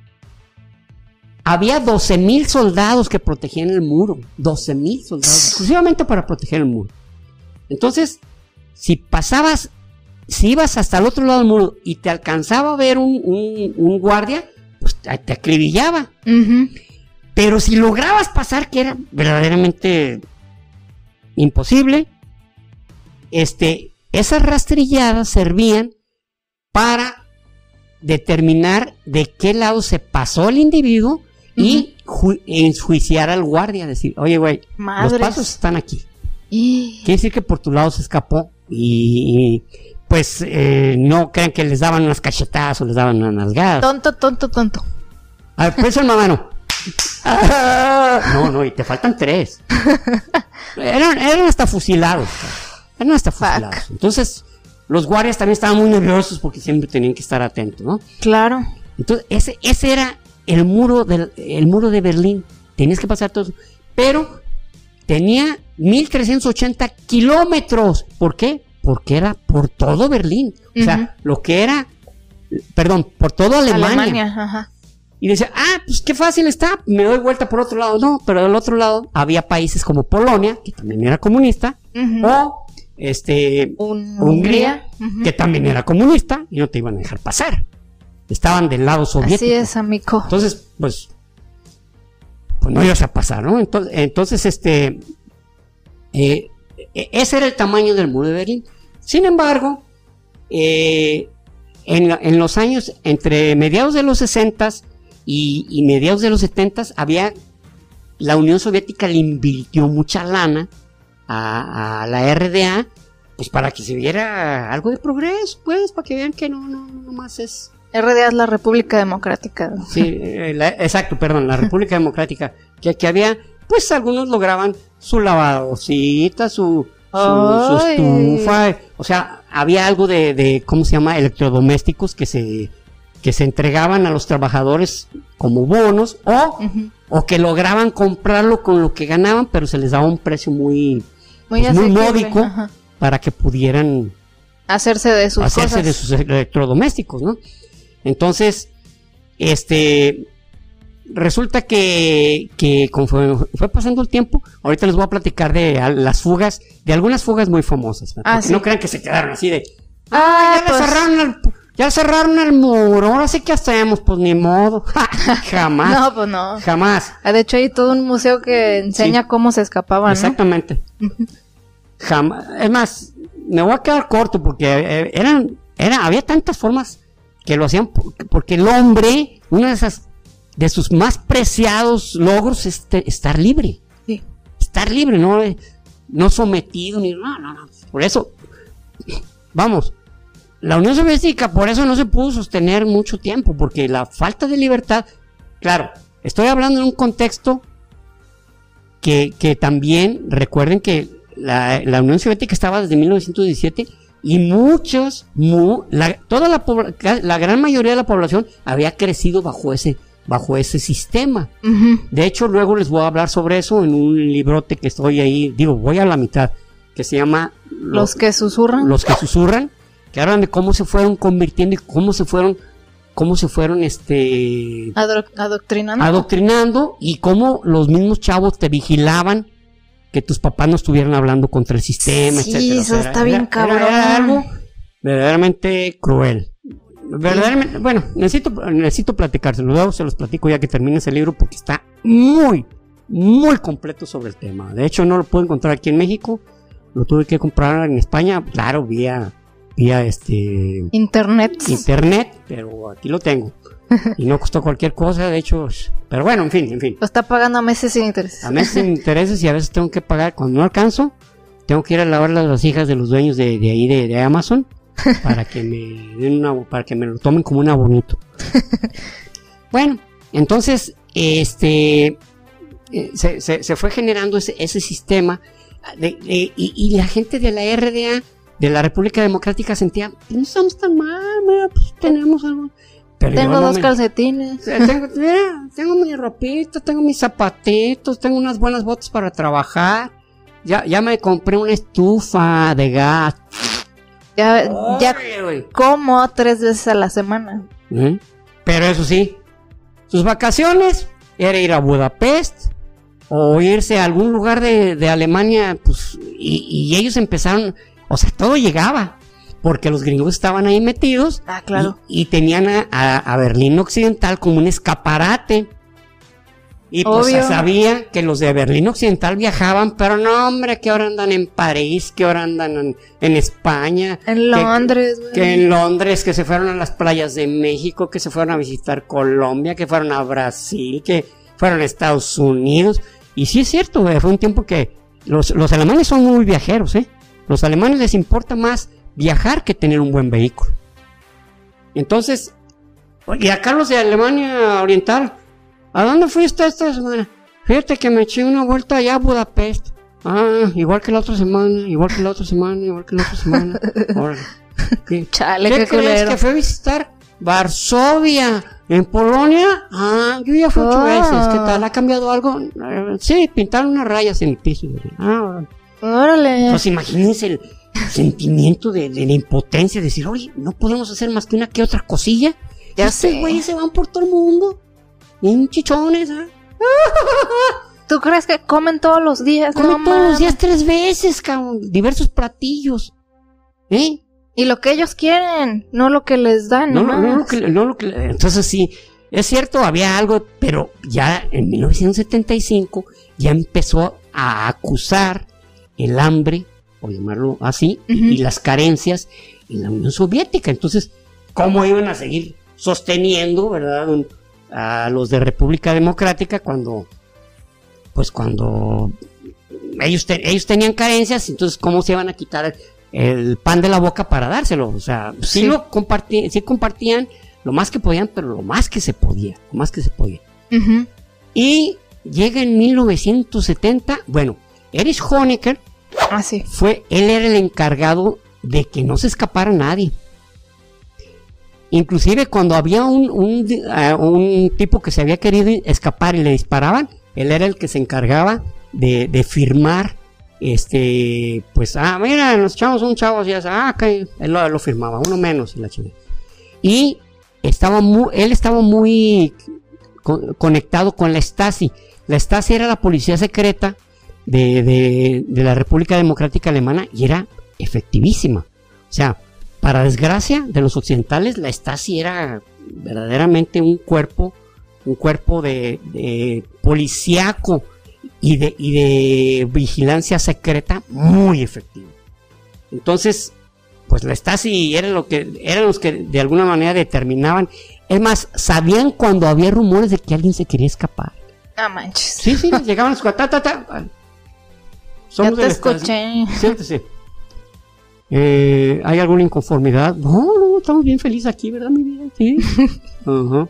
Había doce mil soldados que protegían el muro, doce mil soldados, exclusivamente para proteger el muro. Entonces, si pasabas, si ibas hasta el otro lado del muro y te alcanzaba a ver un, un, un guardia, pues te, te acribillaba. Ujú. Pero si lograbas pasar, que era verdaderamente imposible, este, esas rastrilladas servían para determinar de qué lado se pasó el individuo y ju- enjuiciar al guardia, decir, oye, güey, los Madres. pasos están aquí. Y- Quiere decir que por tu lado se escapó y, y, pues eh, no crean que les daban unas cachetadas o les daban unas nalgadas. Tonto, tonto, tonto. A ver, presa en la mano. No, no, y te faltan tres. Eran, eran hasta fusilados. Eran hasta Fuck. fusilados. Entonces, los guardias también estaban muy nerviosos porque siempre tenían que estar atentos, ¿no? Claro. Entonces, ese, ese era el muro, del, el muro de Berlín. Tenías que pasar todo eso. Pero tenía mil trescientos ochenta kilómetros. ¿Por qué? Porque era por todo Berlín. O uh-huh. sea, lo que era, perdón, por toda Alemania. Alemania, ajá. Y decía, ah, pues qué fácil está, me doy vuelta por otro lado. No, pero del otro lado había países como Polonia, que también era comunista, uh-huh. o este Un, Hungría, uh-huh. que también era comunista, y no te iban a dejar pasar. Estaban del lado soviético. Así es, amigo. Entonces, pues, pues no ibas a pasar, ¿no? Entonces, entonces este, eh, ese era el tamaño del muro de Berlín. Sin embargo, eh, en, en los años, entre mediados de los sesentas y, y mediados de los setentas, había, la Unión Soviética le invirtió mucha lana a, a la R D A, pues para que se viera algo de progreso, pues, para que vean que no, no, no más es... R D A es la República Democrática. Sí, eh, la, exacto, perdón, la República Democrática, que, que había, pues algunos lograban su lavadocita, su, su, su estufa, o sea, había algo de, de, ¿cómo se llama?, electrodomésticos que se, que se entregaban a los trabajadores como bonos, o, uh-huh. o que lograban comprarlo con lo que ganaban, pero se les daba un precio muy, muy, pues, muy módico, ajá. para que pudieran hacerse de sus hacerse cosas. de sus electrodomésticos, ¿no? Entonces, este, resulta que, que conforme fue pasando el tiempo, ahorita les voy a platicar de las fugas, de algunas fugas muy famosas. Ah, sí. No crean que se quedaron así de, ah, ya, pues... le cerraron el, ya cerraron el muro, ahora sí que hacemos, pues ni modo. Jamás. No, pues no. Jamás. De hecho, hay todo un museo que enseña sí. cómo se escapaban, exactamente. ¿no? Jamás. Es más, me voy a quedar corto porque eran, era, había tantas formas que lo hacían porque el hombre, una de esas, de sus más preciados logros es te, estar libre. Sí. Estar libre, no, no sometido, ni no, no, no. Por eso, vamos, la Unión Soviética por eso no se pudo sostener mucho tiempo, porque la falta de libertad, claro, estoy hablando en un contexto que, que también, recuerden que la, la Unión Soviética estaba desde mil novecientos diecisiete y muchos, mu, la, toda la, la gran mayoría de la población había crecido bajo ese, bajo ese sistema. Uh-huh. De hecho, luego les voy a hablar sobre eso en un librote que estoy ahí, digo, voy a la mitad, que se llama Los, los que susurran. Los que susurran, que hablan de cómo se fueron convirtiendo y cómo se fueron, cómo se fueron, este... Adro- adoctrinando. Adoctrinando y cómo los mismos chavos te vigilaban que tus papás no estuvieran hablando contra el sistema, sí, etcétera. Sí, eso o sea, está era, bien era, cabrón. Era algo verdaderamente cruel. Verdaderamente, sí. Bueno, necesito, necesito platicárselo, luego se los platico ya que termine ese libro porque está muy, muy completo sobre el tema. De hecho, no lo puedo encontrar aquí en México, lo tuve que comprar en España, claro, vía, vía este... Internet. Internet, pero aquí lo tengo. Y no costó cualquier cosa, de hecho, pero bueno, en fin, en fin. Lo está pagando a meses sin intereses. A meses sin intereses y a veces tengo que pagar, cuando no alcanzo, tengo que ir a lavar las vasijas de los dueños de, de ahí de, de Amazon para que me den una, para que me lo tomen como un abonito. Bueno, entonces, este, se, se, se fue generando ese, ese sistema de, de, y, y la gente de la R D A, de la República Democrática, sentía, no estamos tan mal, mira, pues tenemos algo. Pero tengo dos me... calcetines. Tengo, mira, tengo mi ropita, tengo mis zapatitos, tengo unas buenas botas para trabajar. Ya, ya me compré una estufa de gas. Ya, oh, ya como tres veces a la semana. ¿Eh? Pero eso sí, sus vacaciones era ir a Budapest o irse a algún lugar de, de Alemania, pues, y, y ellos empezaron, o sea, todo llegaba. Porque los gringos estaban ahí metidos. Ah, claro. Y, y tenían a, a, a Berlín Occidental como un escaparate. Y pues obvio. Sabía que los de Berlín Occidental viajaban, pero no, hombre, que ahora andan en París, que ahora andan en, en España. En Londres, güey. Que, que en Londres, que se fueron a las playas de México, que se fueron a visitar Colombia, que fueron a Brasil, que fueron a Estados Unidos. Y sí es cierto, güey, fue un tiempo que los, los alemanes son muy viajeros, ¿eh? Los alemanes les importa más viajar que tener un buen vehículo. Entonces, y acá los de Alemania Oriental, ¿a dónde fuiste esta semana? Fíjate que me eché una vuelta allá a Budapest. Ah, igual que la otra semana, igual que la otra semana, igual que la otra semana. Ahora, ¿qué, Chale, ¿qué qué crees culero. que fue a visitar Varsovia? En Polonia, ah, yo ya fui ocho Ah. veces. ¿Qué tal? ¿Ha cambiado algo? Eh, sí, pintaron unas rayas en el piso. Ah, Órale. pues imagínense el sentimiento de, de la impotencia, de decir, oye, no podemos hacer más que una que otra cosilla. Ya Estos sé. güeyes se van por todo el mundo. Bien chichones, ¿eh? ¿Tú crees que comen todos los días? Comen No, todos los mames. días tres veces, cabrón. Diversos platillos. ¿Eh? Y lo que ellos quieren, no lo que les dan. No, no, nomás. no, lo que, no lo que, entonces sí, es cierto, había algo, pero ya en mil novecientos setenta y cinco ya empezó a acusar el hambre, por llamarlo así, Ujú. y, y las carencias en la Unión Soviética. Entonces, ¿cómo iban a seguir sosteniendo, verdad, un- a los de República Democrática cuando, pues cuando ellos, te- ellos tenían carencias? Entonces, ¿cómo se iban a quitar el pan de la boca para dárselo? O sea, sí, Sí. lo compartían, sí compartían lo más que podían, pero lo más que se podía, lo más que se podía. Ujú. Y llega en mil novecientos setenta, bueno, Erich Honecker Ah, sí. fue, él era el encargado de que no se escapara nadie. Inclusive cuando había un, un, uh, un tipo que se había querido escapar y le disparaban, él era el que se encargaba de, de firmar, este, pues, ah, mira, nos echamos un chavo así, ah, que él lo, lo firmaba, uno menos, y la chingada. Y estaba muy, él estaba muy co- conectado con la Stasi. La Stasi era la policía secreta de, de, de la República Democrática Alemana y era efectivísima. O sea, para desgracia de los occidentales, la Stasi era verdaderamente un cuerpo, un cuerpo de, de policíaco y de, y de vigilancia secreta muy efectivo. Entonces, pues la Stasi era lo que, eran los que de alguna manera determinaban. Es más, sabían cuando había rumores de que alguien se quería escapar. No manches. Sí, sí, les llegaban a su ta, ta, ta. Somos Ya te de la Stasi. escuché. Siéntese. Eh, ¿Hay alguna inconformidad? No, no, estamos bien felices aquí, ¿verdad, mi vida? Sí. Ajá.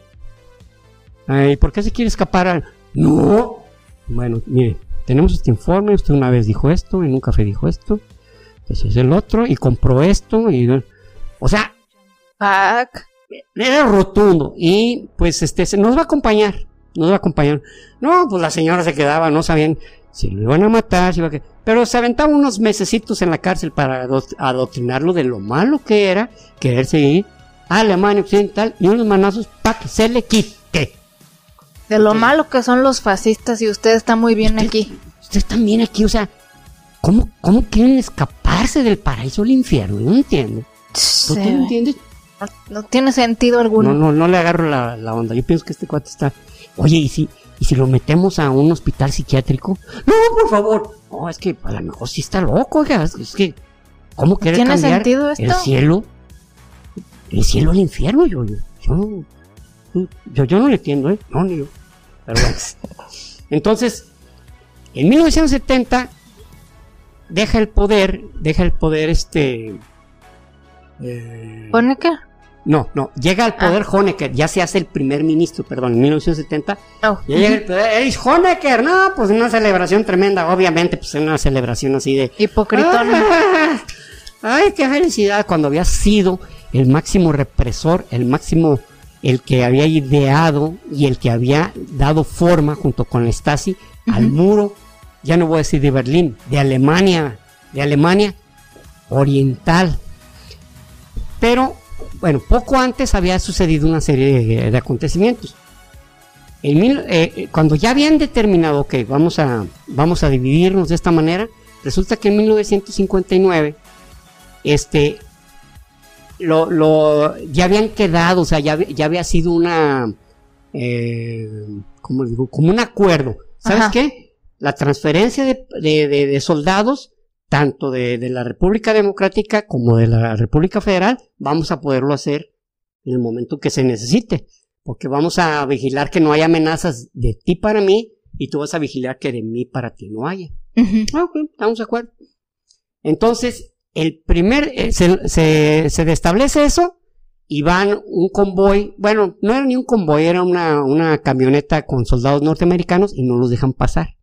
Ay, ¿por qué se quiere escapar? al- No. Bueno, mire, tenemos este informe. Usted una vez dijo esto, en un café dijo esto. Pues es el otro, y compró esto. Y, o sea, Fuck. era rotundo. Y pues este se nos va a acompañar. Nos va a acompañar. No, pues la señora se quedaba, no sabían si lo iban a matar, si iba a... pero se aventaba unos mesecitos en la cárcel para adot- adoctrinarlo de lo malo que era quererse ir a Alemania Occidental y unos manazos para que se le quite. De lo malo que son los fascistas y usted está muy bien aquí. Ustedes también aquí, o sea, ¿cómo, cómo quieren escaparse del paraíso al infierno? No entiendo. ¿Tú, tú Sí. no entiendes? No, no tiene sentido No, alguno. no, no le agarro la, la onda. Yo pienso que este cuate está... Oye, ¿y si, ¿y si lo metemos a un hospital psiquiátrico? No, por favor. No, es que a lo mejor sí está loco, oiga. Es, es que, ¿cómo quiere ¿Tiene cambiar sentido esto? el cielo? El cielo al infierno, yo, yo, yo, no- yo, yo no le entiendo, ¿eh? No, ni yo. Pero bueno. Entonces, en mil novecientos setenta deja el poder, deja el poder este... eh, ¿Pone qué? no, no, llega al poder Honecker, ya se hace el primer ministro, perdón, en mil novecientos setenta, Oh. ya llega el poder, ¡Erich Honecker! No, pues una celebración tremenda, obviamente, pues una celebración así de... Hipocritón. ¡Ah! ¡Ay, qué felicidad! Cuando había sido el máximo represor, el máximo, el que había ideado y el que había dado forma, junto con la Stasi, al muro, ya no voy a decir de Berlín, de Alemania, de Alemania Oriental. Pero, bueno, poco antes había sucedido una serie de, de acontecimientos. En mil, eh, cuando ya habían determinado que vamos a, vamos a dividirnos de esta manera, resulta que en mil novecientos cincuenta y nueve, este, lo, lo, ya habían quedado, o sea, ya, ya había sido una, eh, ¿cómo digo? Como un acuerdo. ¿Sabes Ajá. qué? La transferencia de, de, de, de soldados, tanto de, de la República Democrática como de la República Federal, vamos a poderlo hacer en el momento que se necesite, porque vamos a vigilar que no haya amenazas de ti para mí y tú vas a vigilar que de mí para ti no haya. Ujú. Ah, ok, estamos de acuerdo. Entonces, el primer, eh, se, se, se establece eso y van un convoy, bueno, no era ni un convoy, era una, una camioneta con soldados norteamericanos y no los dejan pasar.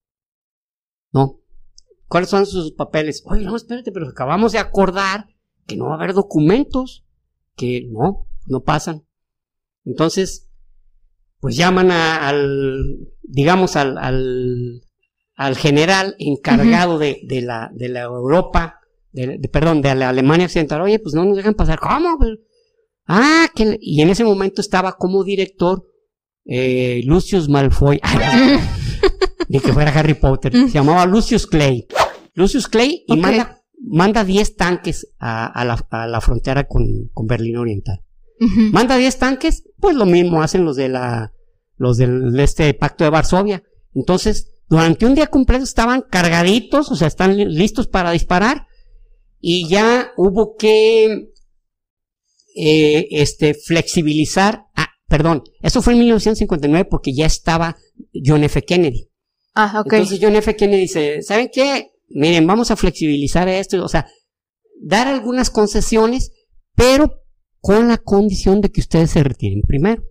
No. ¿Cuáles son sus papeles? Oye, no, espérate, pero acabamos de acordar que no va a haber documentos, que no, no pasan. Entonces, pues llaman a, al, digamos, al, al, al general encargado uh-huh. de, de, la, de la Europa, de, de, perdón, de la Alemania Occidental. Oye, pues no nos dejan pasar. ¿Cómo? Ah, que, y en ese momento estaba como director eh, Lucius Malfoy. Ay, ni que fuera Harry Potter. Se llamaba Lucius Clay. Lucius Clay y okay. manda, manda diez tanques a, a, la, a la frontera con, con Berlín Oriental. Uh-huh. Manda diez tanques, pues lo mismo hacen los de la, los del este Pacto de Varsovia. Entonces, durante un día completo estaban cargaditos, o sea, están listos para disparar, y ya hubo que eh, este flexibilizar, ah, perdón, eso fue en mil novecientos cincuenta y nueve porque ya estaba John F. Kennedy. Ah, ok. Entonces John F. Kennedy dice, ¿saben qué? Miren, vamos a flexibilizar esto, o sea, dar algunas concesiones, pero con la condición de que ustedes se retiren primero.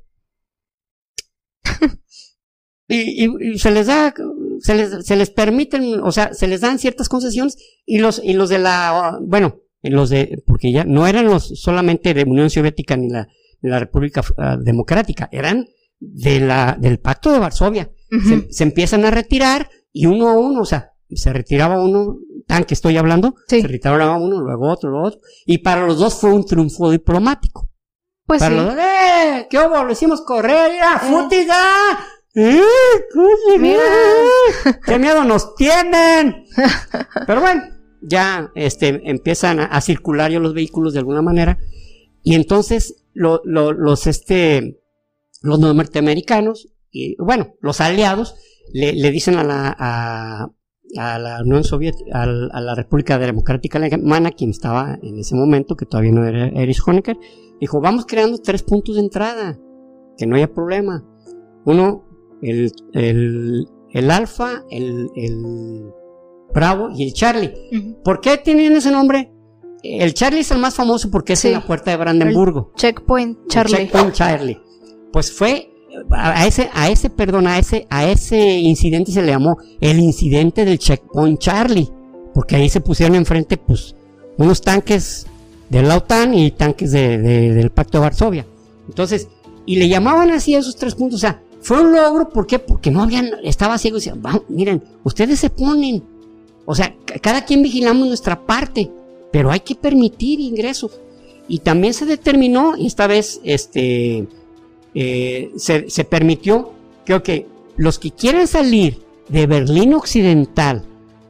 y, y, y se les da, se les, se les permiten, o sea, se les dan ciertas concesiones, y los, y los de la, bueno, los de, porque ya no eran los solamente de Unión Soviética ni la, ni la República uh, Democrática, eran de la, del Pacto de Varsovia. Uh-huh. se, se empiezan a retirar, y uno a uno, o sea, se retiraba uno, tanque estoy hablando, sí. se retiraba uno, luego otro, luego otro, y para los dos fue un triunfo diplomático. Pues para sí. los dos, ¡eh! ¿Qué hubo? Lo hicimos correr, ¡ya! Eh. ¡Fútiga! ¡Eh! ¡Mira! ¡Qué miedo nos tienen! Pero bueno, ya este empiezan a, a circular ya los vehículos de alguna manera, y entonces lo, lo, los este los norteamericanos, y bueno, los aliados, le, le dicen a la a, a la Unión Soviética, a, a la República Democrática Alemana, quien estaba en ese momento, que todavía no era Erich Honecker, dijo, vamos creando tres puntos de entrada, que no haya problema. Uno, el, el, el Alfa, el, el Bravo y el Charlie. Uh-huh. ¿Por qué tienen ese nombre? El Charlie es el más famoso porque es sí. en la puerta de Brandenburgo. El Checkpoint Charlie. El Checkpoint Charlie. Pues fue a ese, a ese, perdón, a ese, a ese incidente se le llamó el incidente del Checkpoint Charlie, porque ahí se pusieron enfrente, pues, unos tanques de la OTAN y tanques de, de, del Pacto de Varsovia. Entonces, y le llamaban así a esos tres puntos, o sea, fue un logro, ¿por qué? Porque no habían, estaba ciego y decían, miren, ustedes se ponen, o sea, c- cada quien vigilamos nuestra parte, pero hay que permitir ingresos. Y también se determinó, y esta vez, este, eh, se, se permitió, creo que los que quieren salir de Berlín Occidental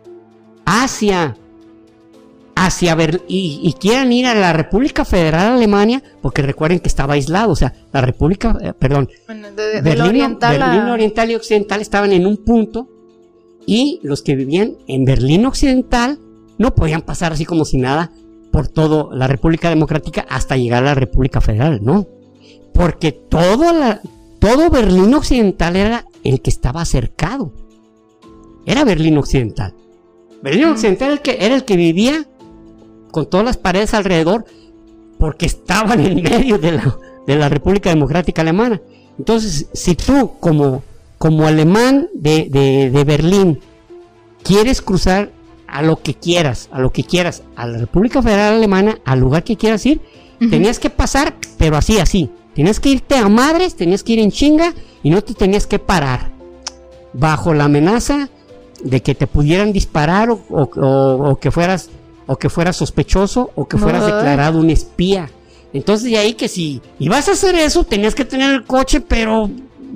hacia hacia Berlín y, y quieran ir a la República Federal Alemania, porque recuerden que estaba aislado, o sea, la República, eh, perdón, bueno, de, de Berlín, oriental, Berlín a... Oriental y Occidental estaban en un punto, y los que vivían en Berlín Occidental no podían pasar así como si nada por toda la República Democrática hasta llegar a la República Federal, ¿no? Porque todo, la, todo Berlín Occidental era el que estaba cercado, era Berlín Occidental. Berlín mm. Occidental era el, que, era el que vivía con todas las paredes alrededor, porque estaban en medio de la, de la República Democrática Alemana. Entonces, si tú como, como alemán de, de, de Berlín quieres cruzar a lo que quieras, a lo que quieras, a la República Federal Alemana, al lugar que quieras ir, uh-huh. tenías que pasar, pero así, así. Tenías que irte a madres, tenías que ir en chinga y no te tenías que parar, bajo la amenaza de que te pudieran disparar o, o, o, o que fueras o que fueras sospechoso o que fueras no. declarado un espía. Entonces de ahí que si ibas a hacer eso, tenías que tener el coche, pero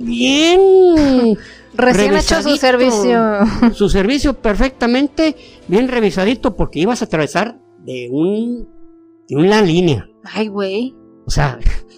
bien recién hecho su servicio. Su servicio perfectamente bien revisadito, porque ibas a atravesar de un de una línea. Ay, güey. O sea,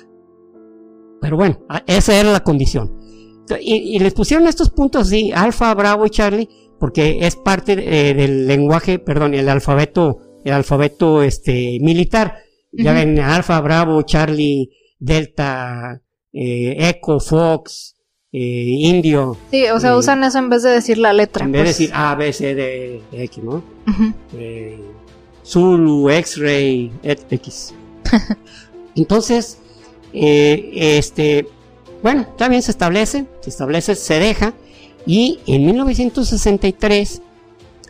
pero bueno, esa era la condición. Y, y les pusieron estos puntos así, Alfa, Bravo y Charlie, porque es parte eh, del lenguaje, perdón, el alfabeto, el alfabeto este militar. Ya uh-huh. ven, Alfa, Bravo, Charlie, Delta, eh, Echo, Fox, eh, Indio. Sí, o sea, eh, usan eso en vez de decir la letra. En pues. vez de decir A, B, C, D, X, ¿no? Uh-huh. Eh, Zulu, X-Ray, X. Entonces, eh, este, bueno, también se establece, se establece, se deja. Y en mil novecientos sesenta y tres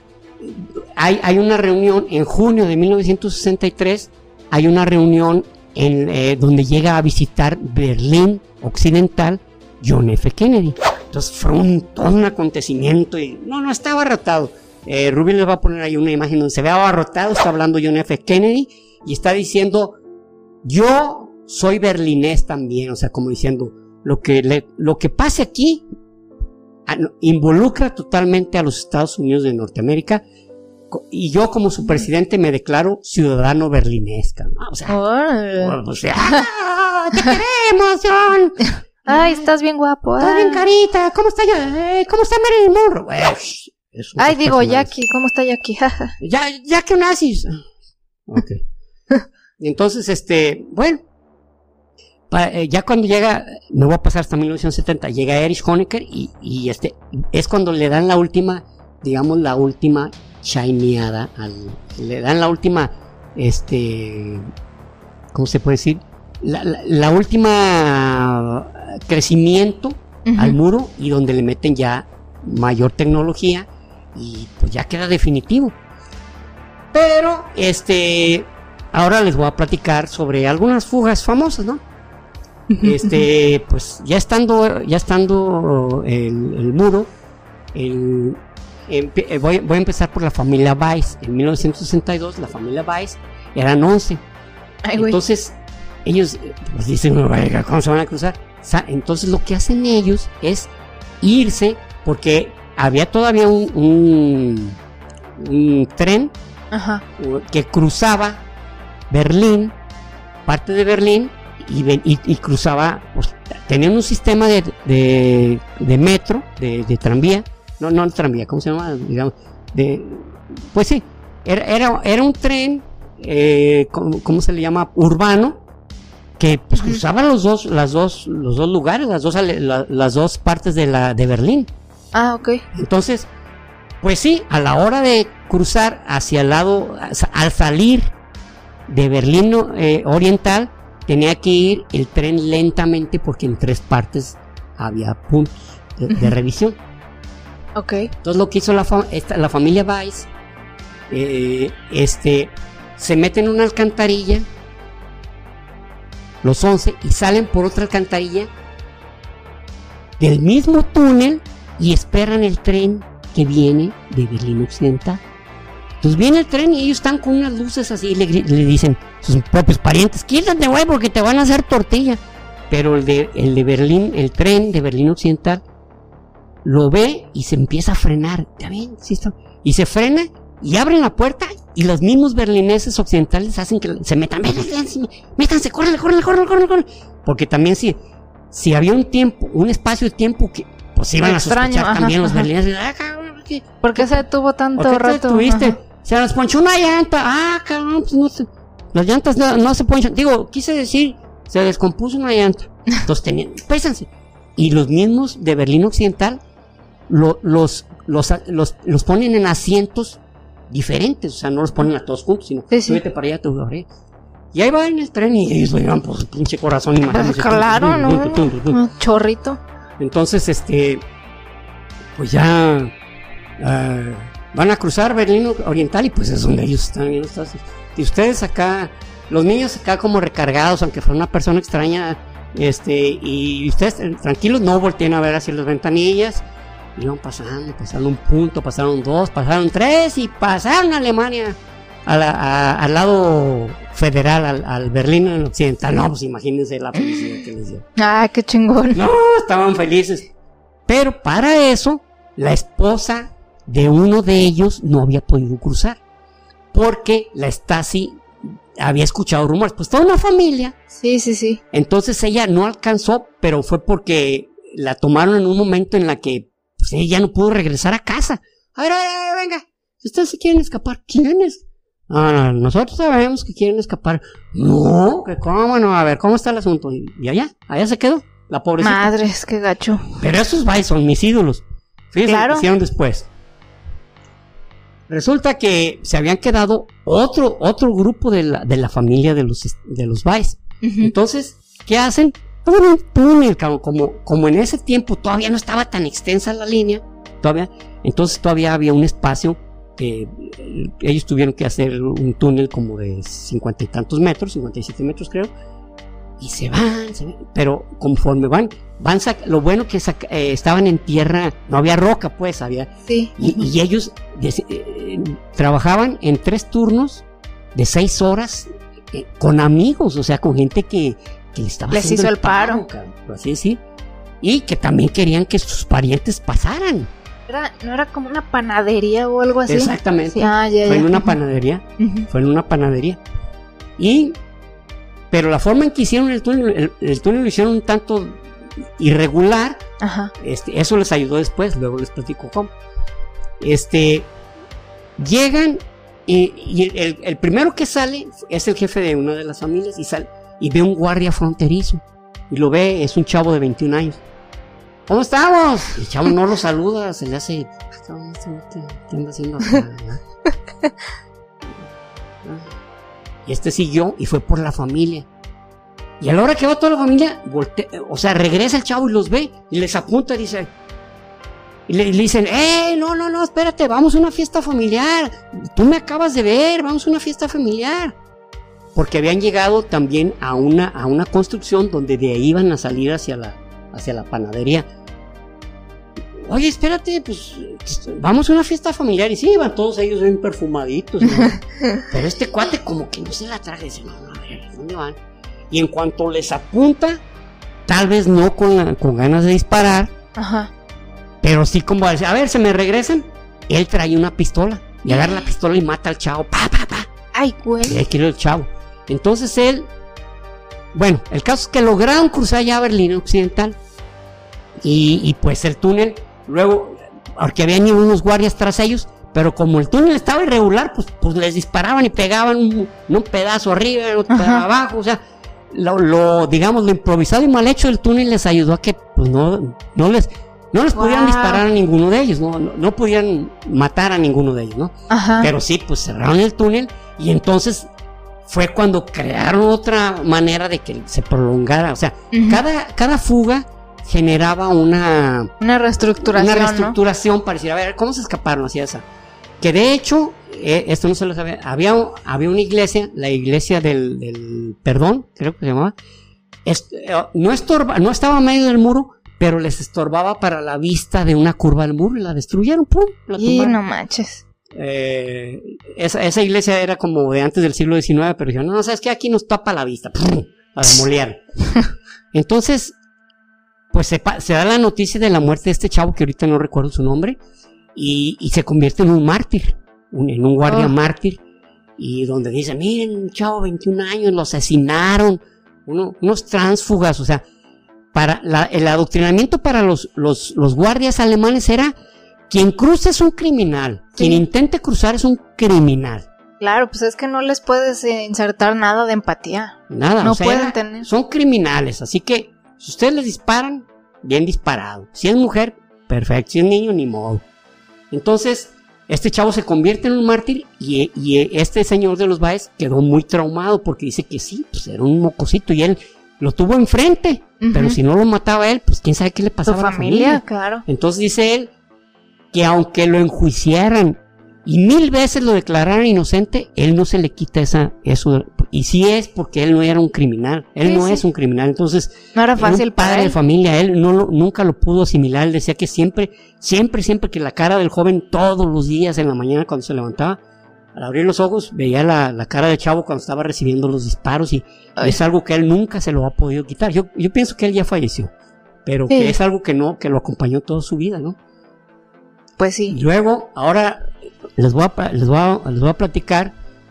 hay, hay una reunión, en junio de mil novecientos sesenta y tres hay una reunión en, eh, donde llega a visitar Berlín Occidental John F. Kennedy. Entonces fue un, todo un acontecimiento y no, no estaba abarrotado. Eh, Rubén les va a poner ahí una imagen donde se ve abarrotado, está hablando John F. Kennedy y está diciendo, yo soy berlinés también, o sea, como diciendo, lo que, le, lo que pase aquí a, involucra totalmente a los Estados Unidos de Norteamérica y yo como su presidente me declaro ciudadano berlinés, ¿no? O sea, oh. o sea ¡ah, te queremos, John! Ay, estás bien guapo. Estás ah. bien carita, ¿cómo está eh, ¿Cómo está Marilyn Monroe? Eh, Ay, digo, Jackie, ¿cómo está Jackie? ya, ya que nazis. Ok. Entonces, este, bueno, pa, eh, ya cuando llega, me voy a pasar hasta mil novecientos setenta, llega Erich Honecker y, y este, es cuando le dan la última, digamos, la última shineada, al, le dan la última, este, ¿cómo se puede decir? La, la, la última crecimiento uh-huh. al muro y donde le meten ya mayor tecnología y pues ya queda definitivo. Pero este ahora les voy a platicar sobre algunas fugas famosas, ¿no? Este, pues ya estando ya estando el, el muro, el, el, voy, voy a empezar por la familia Weiss. En mil novecientos sesenta y dos la familia Weiss eran once. Ay, entonces ellos pues, dicen, ¿cómo se van a cruzar? Entonces lo que hacen ellos es irse, porque había todavía un, un, un tren Ajá. que cruzaba Berlín, parte de Berlín, y, y, y cruzaba, pues, tenían un sistema de, de, de metro, de, de tranvía, no, no tranvía, ¿cómo se llama? Digamos, de, pues sí, era, era, era un tren, eh, ¿cómo, ¿cómo se le llama? Urbano, que pues, uh-huh. cruzaba los dos, las dos, los dos lugares, las dos, la, las dos partes de la de Berlín. Ah, ok. Entonces, pues sí, a la hora de cruzar hacia el lado, al salir de Berlín eh, Oriental, tenía que ir el tren lentamente porque en tres partes había puntos de, uh-huh. de revisión. Ok. Entonces lo que hizo la, fam- esta, la familia Weiss, eh, este, se meten en una alcantarilla, los once, y salen por otra alcantarilla del mismo túnel y esperan el tren que viene de Berlín Occidental. Entonces viene el tren y ellos están con unas luces así y le, le dicen sus propios parientes, quítate güey porque te van a hacer tortilla. Pero el de, el de Berlín, el tren de Berlín Occidental lo ve y se empieza a frenar. ¿Está bien? Sí está. Y se frena y abren la puerta y los mismos berlineses occidentales hacen que se metan, métanse, métanse, córrele, córrele, córrele, córrele, córrele. Porque también si, si había un tiempo, un espacio de tiempo que pues iban extraño, a sospechar ajá, también ajá. los berlineses. Ah, cabrón, ¿qué, ¿por qué se detuvo tanto ¿por qué rato? Te detuviste? Se nos ponchó una llanta. Ah, cabrón, pues no se, las llantas no, no se ponchan. Digo, quise decir, se descompuso una llanta. Entonces tenían, pésense. Y los mismos de Berlín Occidental lo, los, los, los, los ponen en asientos diferentes, o sea, no los ponen a todos juntos, sino sí, sí. Súbete para allá, tú, ¿verdad? Y ahí va en el tren y ellos van por su pinche corazón, imagínense. Claro, ¿no? Tum, tum, tum, tum. Un chorrito. Entonces, este, pues ya uh, van a cruzar Berlín Oriental y pues es donde ellos están viendo. Y ustedes acá, los niños acá como recargados, aunque fuera una persona extraña, este, y ustedes tranquilos, no volteen a ver hacia las ventanillas. Iban pasando, pasaron un punto, pasaron dos, pasaron tres y pasaron a Alemania, a la, a, al lado federal, al, al Berlín Occidental. No, pues imagínense la felicidad que les dio. Ah, qué chingón. No, estaban felices. Pero para eso, la esposa de uno de ellos no había podido cruzar, porque la Stasi había escuchado rumores. Pues toda una familia. Sí, sí, sí. Entonces ella no alcanzó, pero fue porque la tomaron en un momento en la que pues ella no pudo regresar a casa. A ver, a ver, a ver, venga. ¿Ustedes se quieren escapar? ¿Quiénes? Ah, no, nosotros sabemos que quieren escapar. No, que cómo no. A ver, ¿cómo está el asunto? Y, y allá, allá se quedó. La pobrecita. Madres, qué gacho. Pero esos Weiss son mis ídolos. Fíjense claro. Lo que hicieron después. Resulta que se habían quedado otro, otro grupo de la, de la familia de los, de los Weiss. Uh-huh. Entonces, ¿qué hacen? Un túnel, como, como en ese tiempo todavía no estaba tan extensa la línea, todavía, entonces todavía había un espacio eh, ellos tuvieron que hacer un túnel como de cincuenta y tantos metros, cincuenta y siete metros creo, y se van, se van, pero conforme van, van sac- lo bueno que sac- eh, estaban en tierra, no había roca pues, había, Sí. y, y ellos des- eh, trabajaban en tres turnos de seis horas eh, con amigos, o sea, con gente que, que les estaba Les haciendo hizo el paro. cabrón, por así decir, y que también querían que sus parientes pasaran. Era, ¿no era como una panadería o algo así? Exactamente. Sí, ah, ya, Fue ya. en una Ujú. panadería, Ujú. fue en una panadería. Y, pero la forma en que hicieron el túnel, el, el túnel lo hicieron un tanto irregular. Ajá. Este, eso les ayudó después, luego les platico cómo. Este, llegan y, y el, el primero que sale es el jefe de una de las familias y sale y ve un guardia fronterizo y lo ve, es un chavo de veintiún años. ¿Cómo estamos? Y el chavo no lo saluda, se le hace, ¿qué, qué anda haciendo acá? Y este siguió y fue por la familia. Y a la hora que va toda la familia, voltea, o sea, regresa el chavo y los ve y les apunta y dice, y le, y le dicen, ¡eh, no, no, no, espérate, vamos a una fiesta familiar! Tú me acabas de ver, vamos a una fiesta familiar. Porque habían llegado también a una, a una construcción donde de ahí iban a salir hacia la, hacia la panadería. Oye, espérate, pues vamos a una fiesta familiar. Y sí, iban todos ellos bien perfumaditos, ¿no? Pero este cuate como que no se la traje. Dice, no, no, a ver, ¿dónde van? Y en cuanto les apunta, tal vez no con, la, con ganas de disparar, Ajá. pero sí como a decir, a ver, se me regresan. Él trae una pistola y agarra la pistola y mata al chavo. Pa, pa, pa. Ay, güey. Y ahí quiere el chavo. Entonces él, bueno, el caso es que lograron cruzar ya a Berlín Occidental. Y, y pues el túnel, luego, porque habían ido unos guardias tras ellos, pero como el túnel estaba irregular, pues, pues les disparaban y pegaban un, un pedazo arriba, otro pedazo abajo, o sea, lo, lo, digamos, lo improvisado y mal hecho del túnel les ayudó a que pues no, no les, no les Wow. pudieran disparar a ninguno de ellos, no, no, no pudieran matar a ninguno de ellos, ¿no? Ajá. Pero sí, pues cerraron el túnel y entonces fue cuando crearon otra manera de que se prolongara, o sea, Ujú. cada, cada fuga generaba una, Una reestructuración, una reestructuración para decir, a ver, ¿cómo se escaparon hacia esa? Que de hecho, eh, esto no se lo sabía, había, había una iglesia, la iglesia del, del perdón, creo que se llamaba, est- eh, no, estorba, no estaba a medio del muro, pero les estorbaba para la vista de una curva del muro y la destruyeron, ¡pum! La ¿no? Y tumbaron. no manches. Eh, esa, esa iglesia era como de antes del siglo diecinueve, pero dijeron, no, ¿sabes qué? Aquí nos tapa la vista, ¡pum! La demolieron. Entonces, pues se, pa- se da la noticia de la muerte de este chavo, que ahorita no recuerdo su nombre, y, y se convierte en un mártir, un- en un guardia Oh. mártir, y donde dice, miren, un chavo de veintiún años, lo asesinaron, uno, unos tránsfugas, o sea, para la, el adoctrinamiento para los, los, los guardias alemanes era, quien cruza es un criminal, Sí. quien intente cruzar es un criminal. Claro, pues es que no les puedes eh, insertar nada de empatía. Nada, No o sea, pueden era- tener. son criminales, así que si ustedes les disparan, bien disparado. Si es mujer, perfecto. Si es niño, ni modo. Entonces, este chavo se convierte en un mártir y, y este señor de los Baez quedó muy traumado porque dice que sí, pues era un mocosito y él lo tuvo enfrente, Ujú. pero si no lo mataba él, pues quién sabe qué le Tu pasaba a la familia, familia. claro. Entonces dice él que aunque lo enjuiciaran y mil veces lo declararan inocente, él no se le quita esa, eso, y sí es porque él no era un criminal, él Sí, no sí. es un criminal, entonces No era era fácil un padre para de él. familia, él no lo- nunca lo pudo asimilar, él decía que siempre, siempre, siempre que la cara del joven todos los días en la mañana cuando se levantaba, al abrir los ojos veía la, la cara del chavo cuando estaba recibiendo los disparos y Ay. es algo que él nunca se lo ha podido quitar. Yo, yo pienso que él ya falleció, pero Sí. que es algo que no, que lo acompañó toda su vida, ¿no? Pues sí. Y luego, ahora les voy a, les voy a, les voy a platicar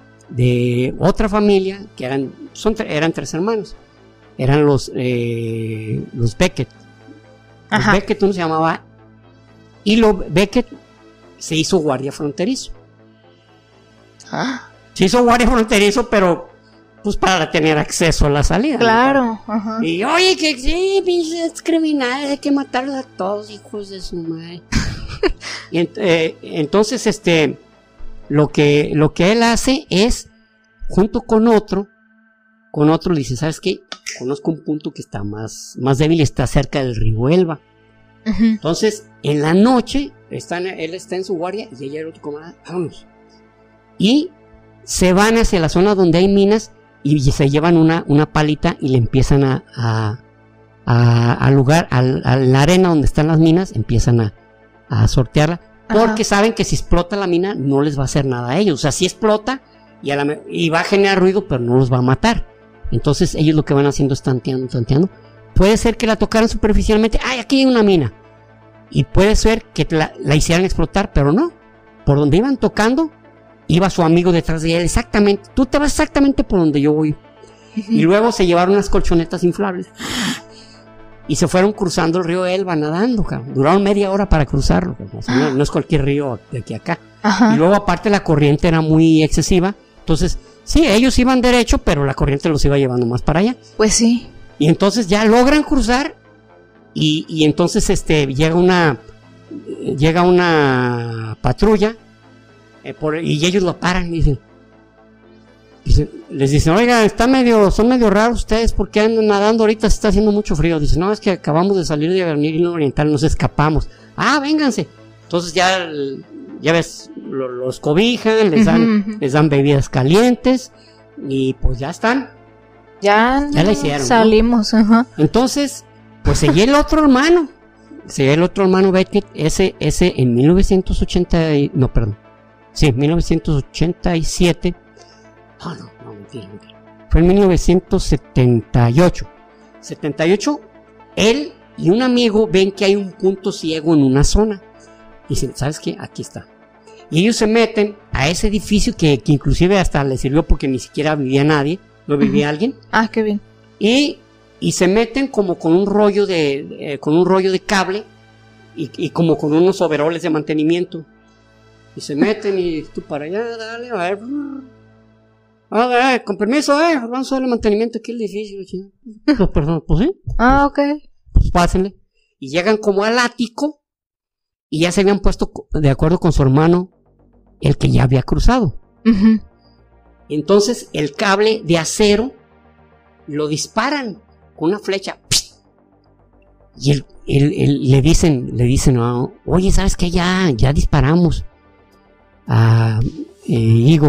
de otra familia que eran, son, tre- eran tres hermanos. Eran los, eh, los Beckett. Los Ajá. Beckett uno se llamaba Hilo Beckett, se hizo guardia fronterizo. Ah, Se hizo guardia fronterizo, pero pues para tener acceso a la salida. ¿no? claro. Ajá. Y oye, que sí, pinches criminales, hay que matarlos a todos, hijos de su madre. Y ent- eh, entonces, este, lo que, lo que él hace es, junto con otro, con otro, le dice, ¿sabes qué? Conozco un punto que está más, más débil, está cerca del río Elba. Ujú. Entonces, en la noche, están, él está en su guardia y ella y el otro camarada, vámonos. Y se van hacia la zona donde hay minas y se llevan una, una palita y le empiezan a, a, a, al lugar, a, a la arena donde están las minas, empiezan a, a sortearla, porque Ajá. saben que si explota la mina no les va a hacer nada a ellos. O sea, si explota y, a la, y va a generar ruido, pero no los va a matar. Entonces ellos lo que van haciendo es tanteando, tanteando. Puede ser que la tocaran superficialmente, ¡ay, aquí hay una mina! Y puede ser que la, la hicieran explotar, pero no. Por donde iban tocando, iba su amigo detrás de él, exactamente. Tú te vas exactamente por donde yo voy. Uh-huh. Y luego se llevaron unas colchonetas inflables. Y se fueron cruzando el río Elba nadando, cabrón. Duraron media hora para cruzarlo. O sea, no, no es cualquier río de aquí a acá. Ajá. Y luego aparte la corriente era muy excesiva. Entonces, sí, ellos iban derecho, pero la corriente los iba llevando más para allá. Pues sí. Y entonces ya logran cruzar. Y, y entonces este llega una llega una patrulla eh, por, y ellos lo paran y dicen, dicen les dicen, oiga, está medio, son medio raros ustedes porque andan nadando ahorita, se está haciendo mucho frío. Dicen, no, es que acabamos de salir de Avenida Oriental, nos escapamos. Ah, vénganse. Entonces ya, ya ves, lo, los cobijan, les dan, uh-huh. les dan bebidas calientes y pues ya están. Ya, ya la hicieron, salimos, ¿no? Ajá. Entonces, pues seguí el otro hermano, seguí el otro hermano Beckett, ese, ese en mil novecientos ochenta, no, perdón, sí, mil novecientos ochenta y siete, oh, no, no, mentira, mentira, fue en mil novecientos setenta y ocho, setenta y ocho, él y un amigo ven que hay un punto ciego en una zona, dicen, ¿sabes qué? Aquí está, y ellos se meten a ese edificio que, que inclusive hasta les sirvió porque ni siquiera vivía nadie, no vivía uh-huh. alguien, ah, qué bien, y Y se meten como con un rollo de, eh, con un rollo de cable y, y como con unos overoles de mantenimiento. Y se meten y tú para allá, dale, a ver. A ver, con permiso, eh, vamos a darle mantenimiento aquí al edificio. Pues, perdón, pues sí. Ah, ok. Pues pásenle. Y llegan como al ático y ya se habían puesto de acuerdo con su hermano, el que ya había cruzado. Uh-huh. Entonces el cable de acero lo disparan con una flecha y él, él, él, le dicen le dicen oh, oye, ¿sabes qué? Ya, ya disparamos a eh, Higo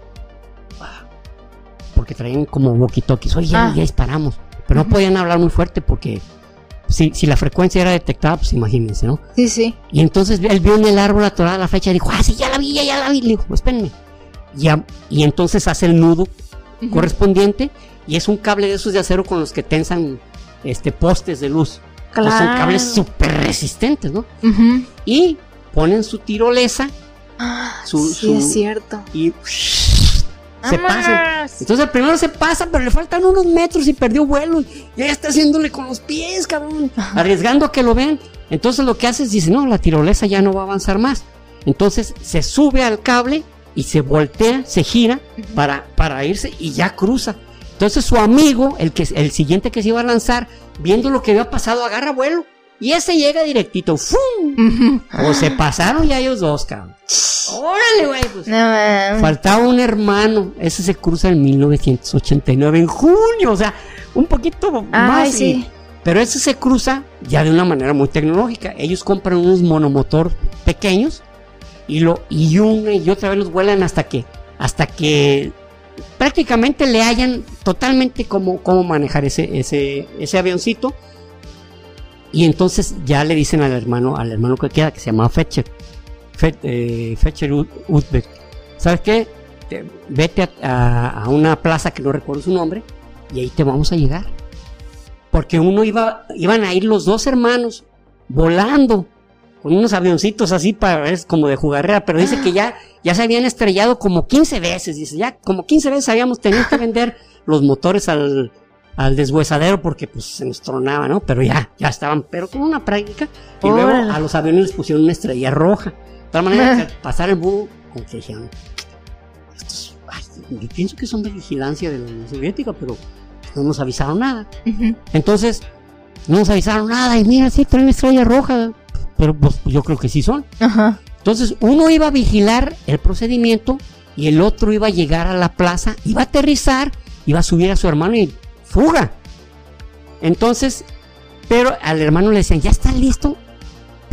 porque traían como walkie-talkies, oye, ya, ah. ya disparamos, pero uh-huh. no podían hablar muy fuerte porque si, si la frecuencia era detectada, pues imagínense, ¿no? Sí, sí. Y entonces él vio en el árbol atorada la flecha y dijo, ah, sí, ya la vi, ya, ya la vi, le dijo, espérenme, ya, y entonces hace el nudo uh-huh. correspondiente. Y es un cable de esos de acero con los que tensan este, postes de luz. Claro. Pues son cables súper resistentes, ¿no? Uh-huh. Y ponen su tirolesa. Ah, su, sí, su, es cierto. Y uff, se pasan. Entonces el primero se pasa, pero le faltan unos metros y perdió vuelo. Y ya está haciéndole con los pies, cabrón. Uh-huh. Arriesgando a que lo vean. Entonces lo que hace es, dice, no, la tirolesa ya no va a avanzar más. Entonces se sube al cable y se voltea, se gira uh-huh. para, para irse y ya cruza. Entonces su amigo, el que el siguiente que se iba a lanzar, viendo lo que había pasado, agarra vuelo y ese llega directito. ¡Fum! Uh-huh. O se pasaron ya ellos dos, cabrón. Órale, güey. Pues, no, faltaba un hermano. Ese se cruza en mil novecientos ochenta y nueve, en junio. O sea, un poquito Ay, más. Sí. Y, pero ese se cruza ya de una manera muy tecnológica. Ellos compran unos monomotor pequeños y lo y una y otra vez los vuelan hasta que hasta que prácticamente le hallan totalmente cómo, cómo manejar ese, ese, ese avioncito. Y entonces ya le dicen al hermano, al hermano que queda, que se llama Fetcher, Fet, eh, Fetcher Uzbek, ¿sabes qué? Te, vete a, a, a una plaza que no recuerdo su nombre y ahí te vamos a llegar. Porque uno iba, iban a ir los dos hermanos volando con unos avioncitos así para es como de jugarrera, pero dice que ya, ya se habían estrellado como quince veces, dice, ya como quince veces habíamos tenido que vender los motores al, al deshuesadero porque pues se nos tronaba, ¿no? Pero ya, ya estaban, pero con una práctica, y luego a los aviones les pusieron una estrella roja, de tal manera que al pasar el búho, como que dijeron, estos, ay, yo pienso que son de vigilancia de la Unión Soviética, pero no nos avisaron nada. Uh-huh. Entonces, no nos avisaron nada, y mira, sí, traen estrella roja, pero pues yo creo que sí son. Ajá. Entonces uno iba a vigilar el procedimiento y el otro iba a llegar a la plaza, iba a aterrizar, iba a subir a su hermano y fuga. Entonces, pero al hermano le decían, ya está listo,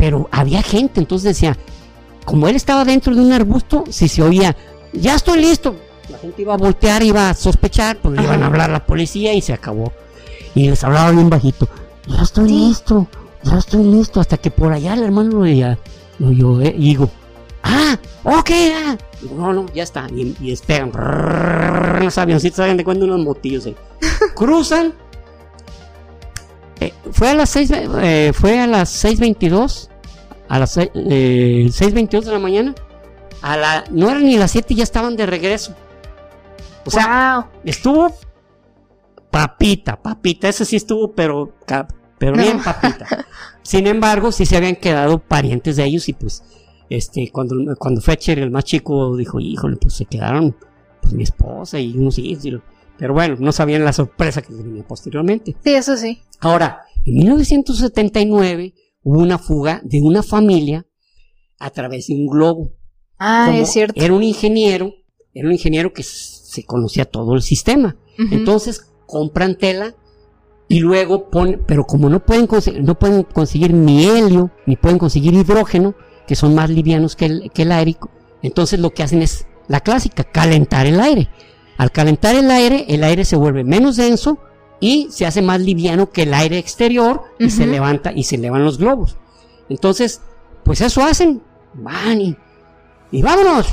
pero había gente, entonces decía, como él estaba dentro de un arbusto, si se oía, ya estoy listo, la gente iba a voltear, iba a sospechar, pues le iban a hablar a la policía y se acabó. Y les hablaba bien bajito, ya estoy sí. listo, ya estoy listo, hasta que por allá el hermano lo veía, lo oyó, eh, y digo, ah, ok, ah. Digo, no, no, ya está, y, y despegan, brrr, los avioncitos salen de cuenta unos motillos, eh. cruzan, eh, fue a las seis, eh, fue a las seis veintidós, a las eh, seis veintidós de la mañana, a la, no eran ni las siete y ya estaban de regreso. O sea, wow. estuvo papita, papita, ese sí estuvo, pero, pero no. bien papita. Sin embargo, sí se habían quedado parientes de ellos y pues, este, cuando, cuando Fletcher, el más chico, dijo, híjole, pues se quedaron, pues mi esposa y unos hijos, y lo, pero bueno, no sabían la sorpresa que venía posteriormente. Sí, eso sí. Ahora, en mil novecientos setenta y nueve hubo una fuga de una familia a través de un globo. Ah, como es cierto. Era un ingeniero, era un ingeniero que se conocía todo el sistema. Uh-huh. Entonces compran tela y luego ponen, pero como no pueden conseguir, no pueden conseguir ni helio, ni pueden conseguir hidrógeno, que son más livianos que el, que el aire, entonces lo que hacen es la clásica, calentar el aire. Al calentar el aire, el aire se vuelve menos denso y se hace más liviano que el aire exterior y uh-huh. se levanta y se elevan los globos. Entonces, pues eso hacen, van y, y vámonos.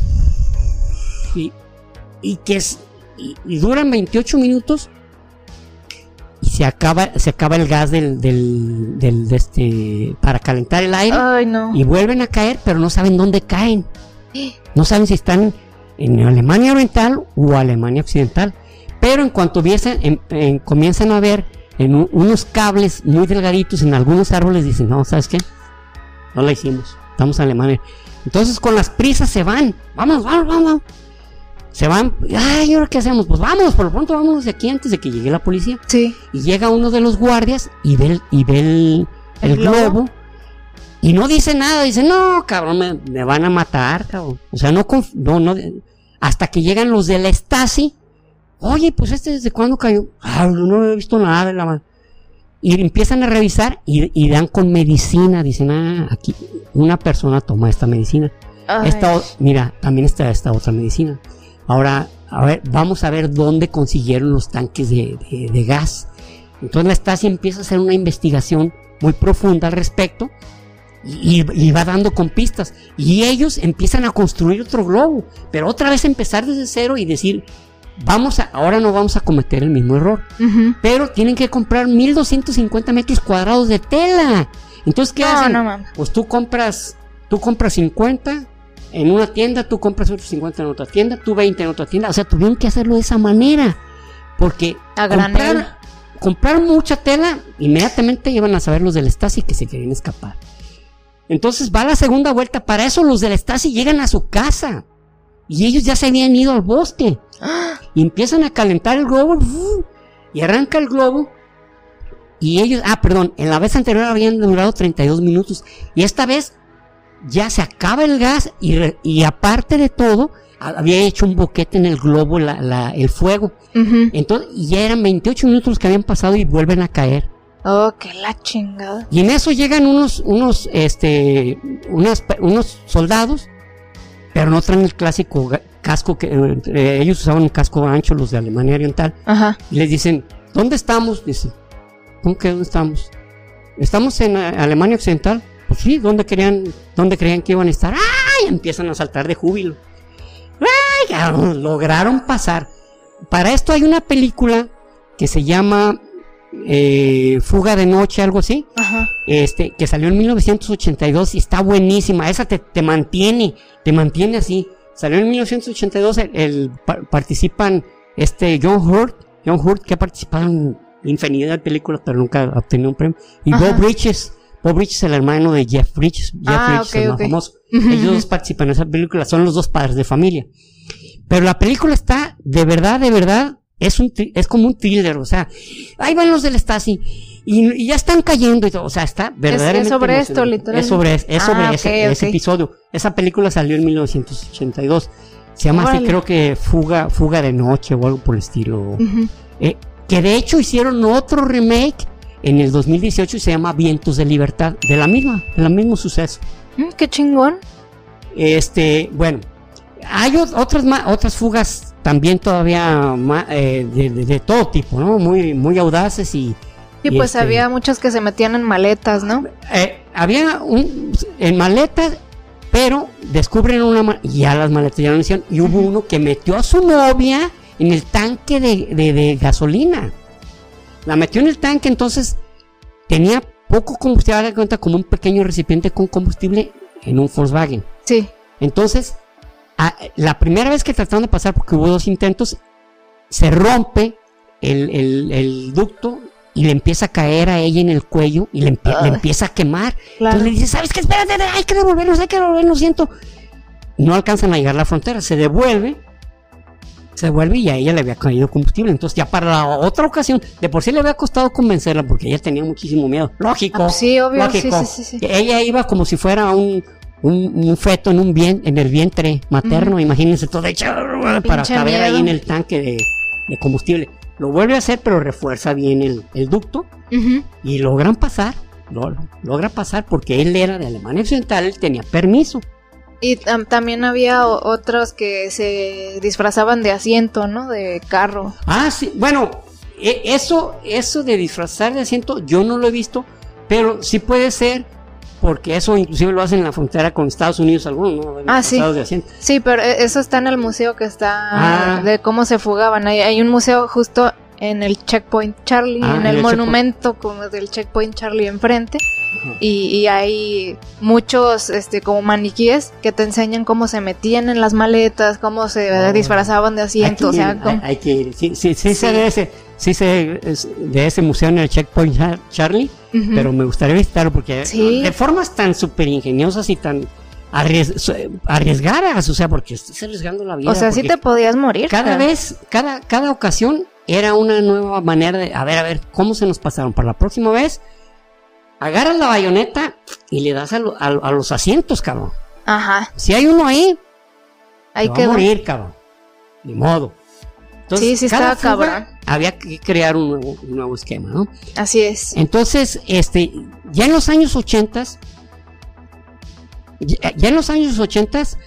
Y, y que es, y, y duran veintiocho minutos y se acaba, se acaba el gas del, del, del de este, para calentar el aire. Ay, no. Y vuelven a caer, pero no saben dónde caen. No saben si están en Alemania Oriental o Alemania Occidental. Pero en cuanto viesen, en, en, comienzan a ver en un, unos cables muy delgaditos en algunos árboles, dicen, no, ¿sabes qué? No la hicimos, estamos en Alemania. Entonces con las prisas se van, vamos, vamos, vamos. Se van, ay, ¿ahora qué hacemos? Pues vamos, por lo pronto vámonos de aquí antes de que llegue la policía. Sí. Y llega uno de los guardias y ve el, y ve el, el, ¿El globo? globo y no dice nada, dice, no, cabrón, me, me van a matar, cabrón. O sea, no, conf- no, no, hasta que llegan los de la Stasi. Oye, pues este desde cuándo cayó. Ah, no he visto nada de la mano. Y empiezan a revisar y, y dan con medicina. Dicen, ah, aquí una persona toma esta medicina. Esta, mira, también está esta otra medicina. Ahora, a ver, vamos a ver dónde consiguieron los tanques de, de, de gas. Entonces la Stasi empieza a hacer una investigación muy profunda al respecto y, y, y va dando con pistas. Y ellos empiezan a construir otro globo, pero otra vez empezar desde cero y decir, vamos a, ahora no vamos a cometer el mismo error. Uh-huh. Pero tienen que comprar mil doscientos cincuenta metros cuadrados de tela. Entonces, ¿qué no, hacen? No, no. Pues tú compras, tú compras cincuenta en una tienda, tú compras otros cincuenta en otra tienda, tú veinte en otra tienda. O sea, tuvieron que hacerlo de esa manera. Porque a comprar, comprar mucha tela, inmediatamente iban a saber los del Stasi que se querían escapar. Entonces va la segunda vuelta. Para eso los del Stasi llegan a su casa. Y ellos ya se habían ido al bosque. Y empiezan a calentar el globo. Y arranca el globo. Y ellos, ah, perdón, en la vez anterior habían durado treinta y dos minutos. Y esta vez ya se acaba el gas. Y, y aparte de todo, había hecho un boquete en el globo la, la, el fuego. Uh-huh. Entonces, ya eran veintiocho minutos los que habían pasado y vuelven a caer. Oh, qué la chingada. Y en eso llegan unos, unos, este, unas, unos soldados. Pero no traen el clásico casco que eh, ellos usaban un casco ancho, los de Alemania Oriental. Ajá. Y les dicen, ¿dónde estamos? Dicen, ¿cómo que dónde estamos? ¿Estamos en uh, Alemania Occidental? Pues sí, ¿dónde querían, dónde creían que iban a estar? ¡Ay! Empiezan a saltar de júbilo. ¡Ay! Ya, lograron pasar. Para esto hay una película que se llama eh, Fuga de Noche, algo así. Ajá. Este, que salió en mil novecientos ochenta y dos y está buenísima. Esa te, te mantiene, te mantiene así. Salió en mil novecientos ochenta y dos, el, el pa, participan este John Hurt, John Hurt que ha participado en infinidad de películas, pero nunca ha obtenido un premio. Y Ajá. Bob Bridges, Bob Bridges, el hermano de Jeff Bridges, Jeff ah, Bridges, okay, el más okay. famoso. Ellos dos participan en esa película, son los dos padres de familia. Pero la película está, de verdad, de verdad, es un es como un thriller, o sea, ahí van los del Stasi y, y ya están cayendo y todo, o sea, está verdaderamente es, es sobre esto, literalmente. Es sobre, es sobre ah, ese, okay, ese okay. episodio. Esa película salió en mil novecientos ochenta y dos. Se llama Órale. así, creo que Fuga, Fuga de Noche o algo por el estilo. Uh-huh. Eh, que de hecho hicieron otro remake en el dos mil dieciocho y se llama Vientos de Libertad, de la misma, de la mismo suceso. Mm, qué chingón. Este, bueno, hay otras otras fugas también todavía eh, de, de, de todo tipo, ¿no? Muy, muy audaces y... Y, y pues este, había muchos que se metían en maletas, ¿no? Eh, había un, en maletas, pero descubren una... Y ya las maletas ya no hicieron. Y hubo uno que metió a su novia en el tanque de, de, de gasolina. La metió en el tanque, entonces tenía poco combustible, de cuenta como un pequeño recipiente con combustible en un Volkswagen. Sí. Entonces, a, la primera vez que trataron de pasar, porque hubo dos intentos, se rompe el, el, el ducto y le empieza a caer a ella en el cuello y le, empie- le empieza a quemar. Claro. Entonces le dice, ¿sabes qué? Espérate, hay que devolvernos, hay que devolvernos, siento. No alcanzan a llegar a la frontera, se devuelve, se devuelve y a ella le había caído combustible. Entonces ya para la otra ocasión, de por sí le había costado convencerla porque ella tenía muchísimo miedo. Lógico. Ah, sí, obvio. Lógico. Sí, sí, sí, sí. Ella iba como si fuera un... Un, un feto en un bien, en el vientre materno, uh-huh. Imagínense todo hecho para caber ahí en el tanque de, de combustible. Lo vuelve a hacer, pero refuerza bien el, el ducto, uh-huh. Y logran pasar, lo, logra pasar porque él era de Alemania Occidental, él tenía permiso. Y um, también había o- otros que se disfrazaban de asiento, ¿no? De carro. Ah, sí, bueno, e- eso, eso de disfrazar de asiento yo no lo he visto, pero sí puede ser. Porque eso inclusive lo hacen en la frontera con Estados Unidos algunos, ¿no? Ah, sí. De asiento. Sí, pero eso está en el museo que está ah. de cómo se fugaban. Hay, hay un museo justo en el Checkpoint Charlie, ah, en el, el monumento checkpoint. Como del Checkpoint Charlie enfrente. Y, y hay muchos este como maniquíes que te enseñan cómo se metían en las maletas, cómo se oh. disfrazaban de asiento. Hay que ir, o sea, como... hay, hay que ir. Sí, sí, sí, sí. Sé de ese, sí sé de ese museo en el Checkpoint Charlie, uh-huh. Pero me gustaría visitarlo porque sí. De formas tan súper ingeniosas y tan arries, arriesgadas, o sea, porque estás arriesgando la vida. O sea, sí te podías morir. Cada pero... vez, cada, cada ocasión era una nueva manera de, a ver, a ver, ¿cómo se nos pasaron? Para la próxima vez, agarras la bayoneta y le das a, lo, a, a los asientos, cabrón. Ajá. Si hay uno ahí, hay que morir, cabrón. Ni modo. Entonces, sí, sí estaba cabrón. Había que crear un nuevo, un nuevo esquema, ¿no? Así es. Entonces, este, ya en los años ochentas, ya, ya en los años ochentas,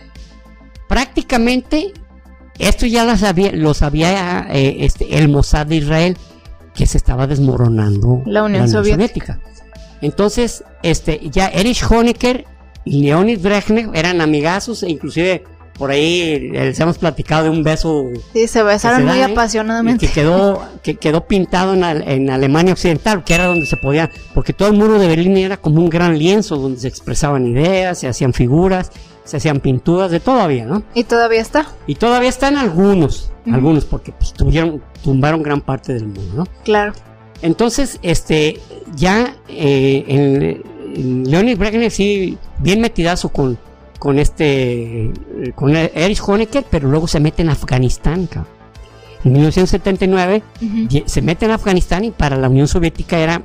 prácticamente esto ya lo sabía, lo sabía eh, este, el Mossad de Israel, que se estaba desmoronando la Unión, la Unión Soviética. Soviética. Entonces, este, ya Erich Honecker y Leonid Brezhnev eran amigazos, e inclusive por ahí les hemos platicado de un beso. Sí, se besaron muy apasionadamente. Que quedó, que quedó pintado en, en Alemania Occidental, que era donde se podía, porque todo el muro de Berlín era como un gran lienzo donde se expresaban ideas, se hacían figuras, se hacían pinturas, de todo había, ¿no? Y todavía está. Y todavía están algunos, uh-huh. algunos, porque pues, tuvieron, tumbaron gran parte del muro, ¿no? Claro. Entonces, este, ya eh, en, en Leonid Brezhnev sí, bien metidazo con con este, con Erich Honecker, pero luego se mete en Afganistán, cabrón. En mil novecientos setenta y nueve uh-huh. se mete en Afganistán y para la Unión Soviética era,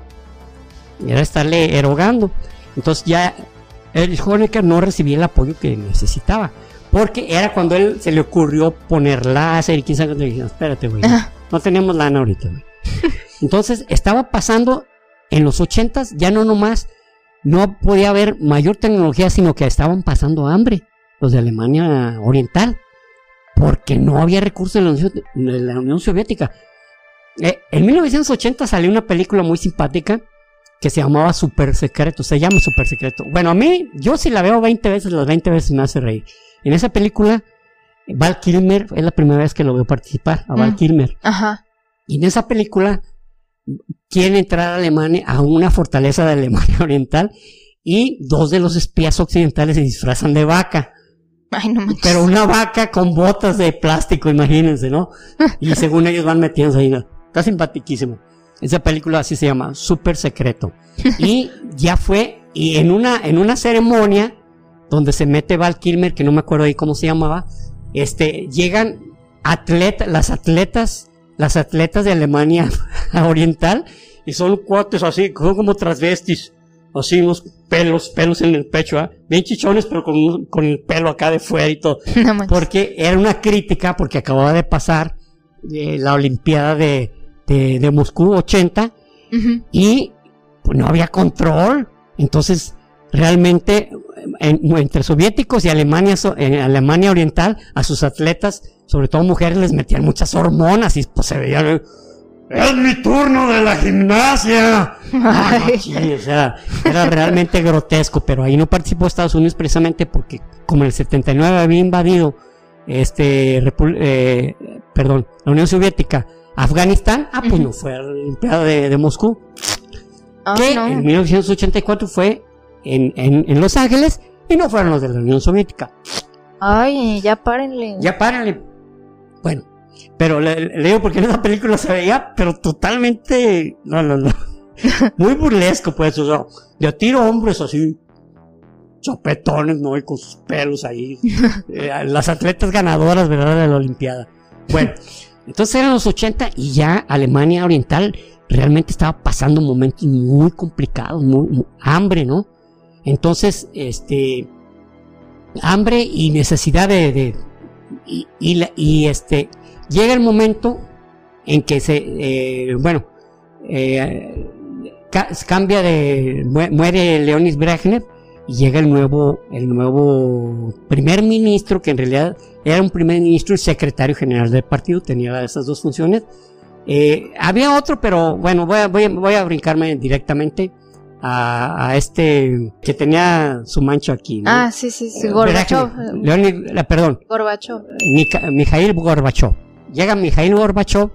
era estarle erogando. Entonces ya Erich Honecker no recibía el apoyo que necesitaba, porque era cuando él se le ocurrió poner láser y quién sabe, le dijeron, espérate, güey, uh-huh. no tenemos lana ahorita, güey. Entonces estaba pasando en los ochentas, ya no nomás no podía haber mayor tecnología, sino que estaban pasando hambre los de Alemania Oriental, porque no había recursos en la Unión, en la Unión Soviética. Eh, en mil novecientos ochenta salió una película muy simpática que se llamaba Super Secreto, se llama Super Secreto. Bueno, a mí, yo si la veo veinte veces, las veinte veces me hace reír. En esa película, Val Kilmer, es la primera vez que lo veo participar, a Val mm. Kilmer. Ajá. Y en esa película quieren entrar a Alemania, a una fortaleza de Alemania Oriental, y dos de los espías occidentales se disfrazan de vaca. Ay, no manches. Pero una vaca con botas de plástico, imagínense, ¿no? Y según ellos van metiéndose ahí, ¿no? Está simpaticísimo. Esa película así se llama, Super Secreto. Y ya fue, y en una, en una ceremonia donde se mete Val Kilmer, que no me acuerdo ahí cómo se llamaba, este, llegan atletas, las atletas las atletas de Alemania Oriental, y son cuates así, son como transvestis, así unos pelos, pelos en el pecho, ¿eh? Bien chichones, pero con, con el pelo acá de fuera y todo, no porque era una crítica, porque acababa de pasar eh, la Olimpiada de, de, de Moscú ochenta, uh-huh. y pues no había control. Entonces, realmente, en, entre soviéticos y Alemania, en Alemania Oriental, a sus atletas, sobre todo mujeres, les metían muchas hormonas y pues se veían... ¡Es mi turno de la gimnasia! Ah, no, sí, o sea, era realmente grotesco, pero ahí no participó Estados Unidos precisamente porque, como en el setenta y nueve había invadido este, Repu- eh, perdón, la Unión Soviética, Afganistán, ah, pues uh-huh. no fue a la Olimpiada de, de Moscú. Oh, que no. En mil novecientos ochenta y cuatro fue en, en, en Los Ángeles y no fueron los de la Unión Soviética. Ay, ya párenle. Ya párenle. Bueno. Pero le, le digo porque en esa película se veía, pero totalmente, no, no, no, muy burlesco, pues, o sea, de a tiro hombres así, chopetones, ¿no? Y con sus pelos ahí, eh, las atletas ganadoras, ¿verdad?, de la Olimpiada. Bueno, entonces eran los ochenta y ya Alemania Oriental realmente estaba pasando momentos muy complicados, muy, muy hambre, ¿no? Entonces, este, hambre y necesidad de, de y, y, la, y este, llega el momento en que se, eh, bueno, eh, ca- cambia de, muere Leonid Brezhnev y llega el nuevo, el nuevo primer ministro, que en realidad era un primer ministro y secretario general del partido, tenía esas dos funciones. Eh, había otro, pero bueno, voy a, voy a, voy a brincarme directamente a, a este que tenía su mancho aquí, ¿no? Ah, sí, sí, sí, Gorbachev. Leonid, la, perdón. Gorbachev. Mika, Mikhail Gorbachev. Llega Mikhail Gorbachev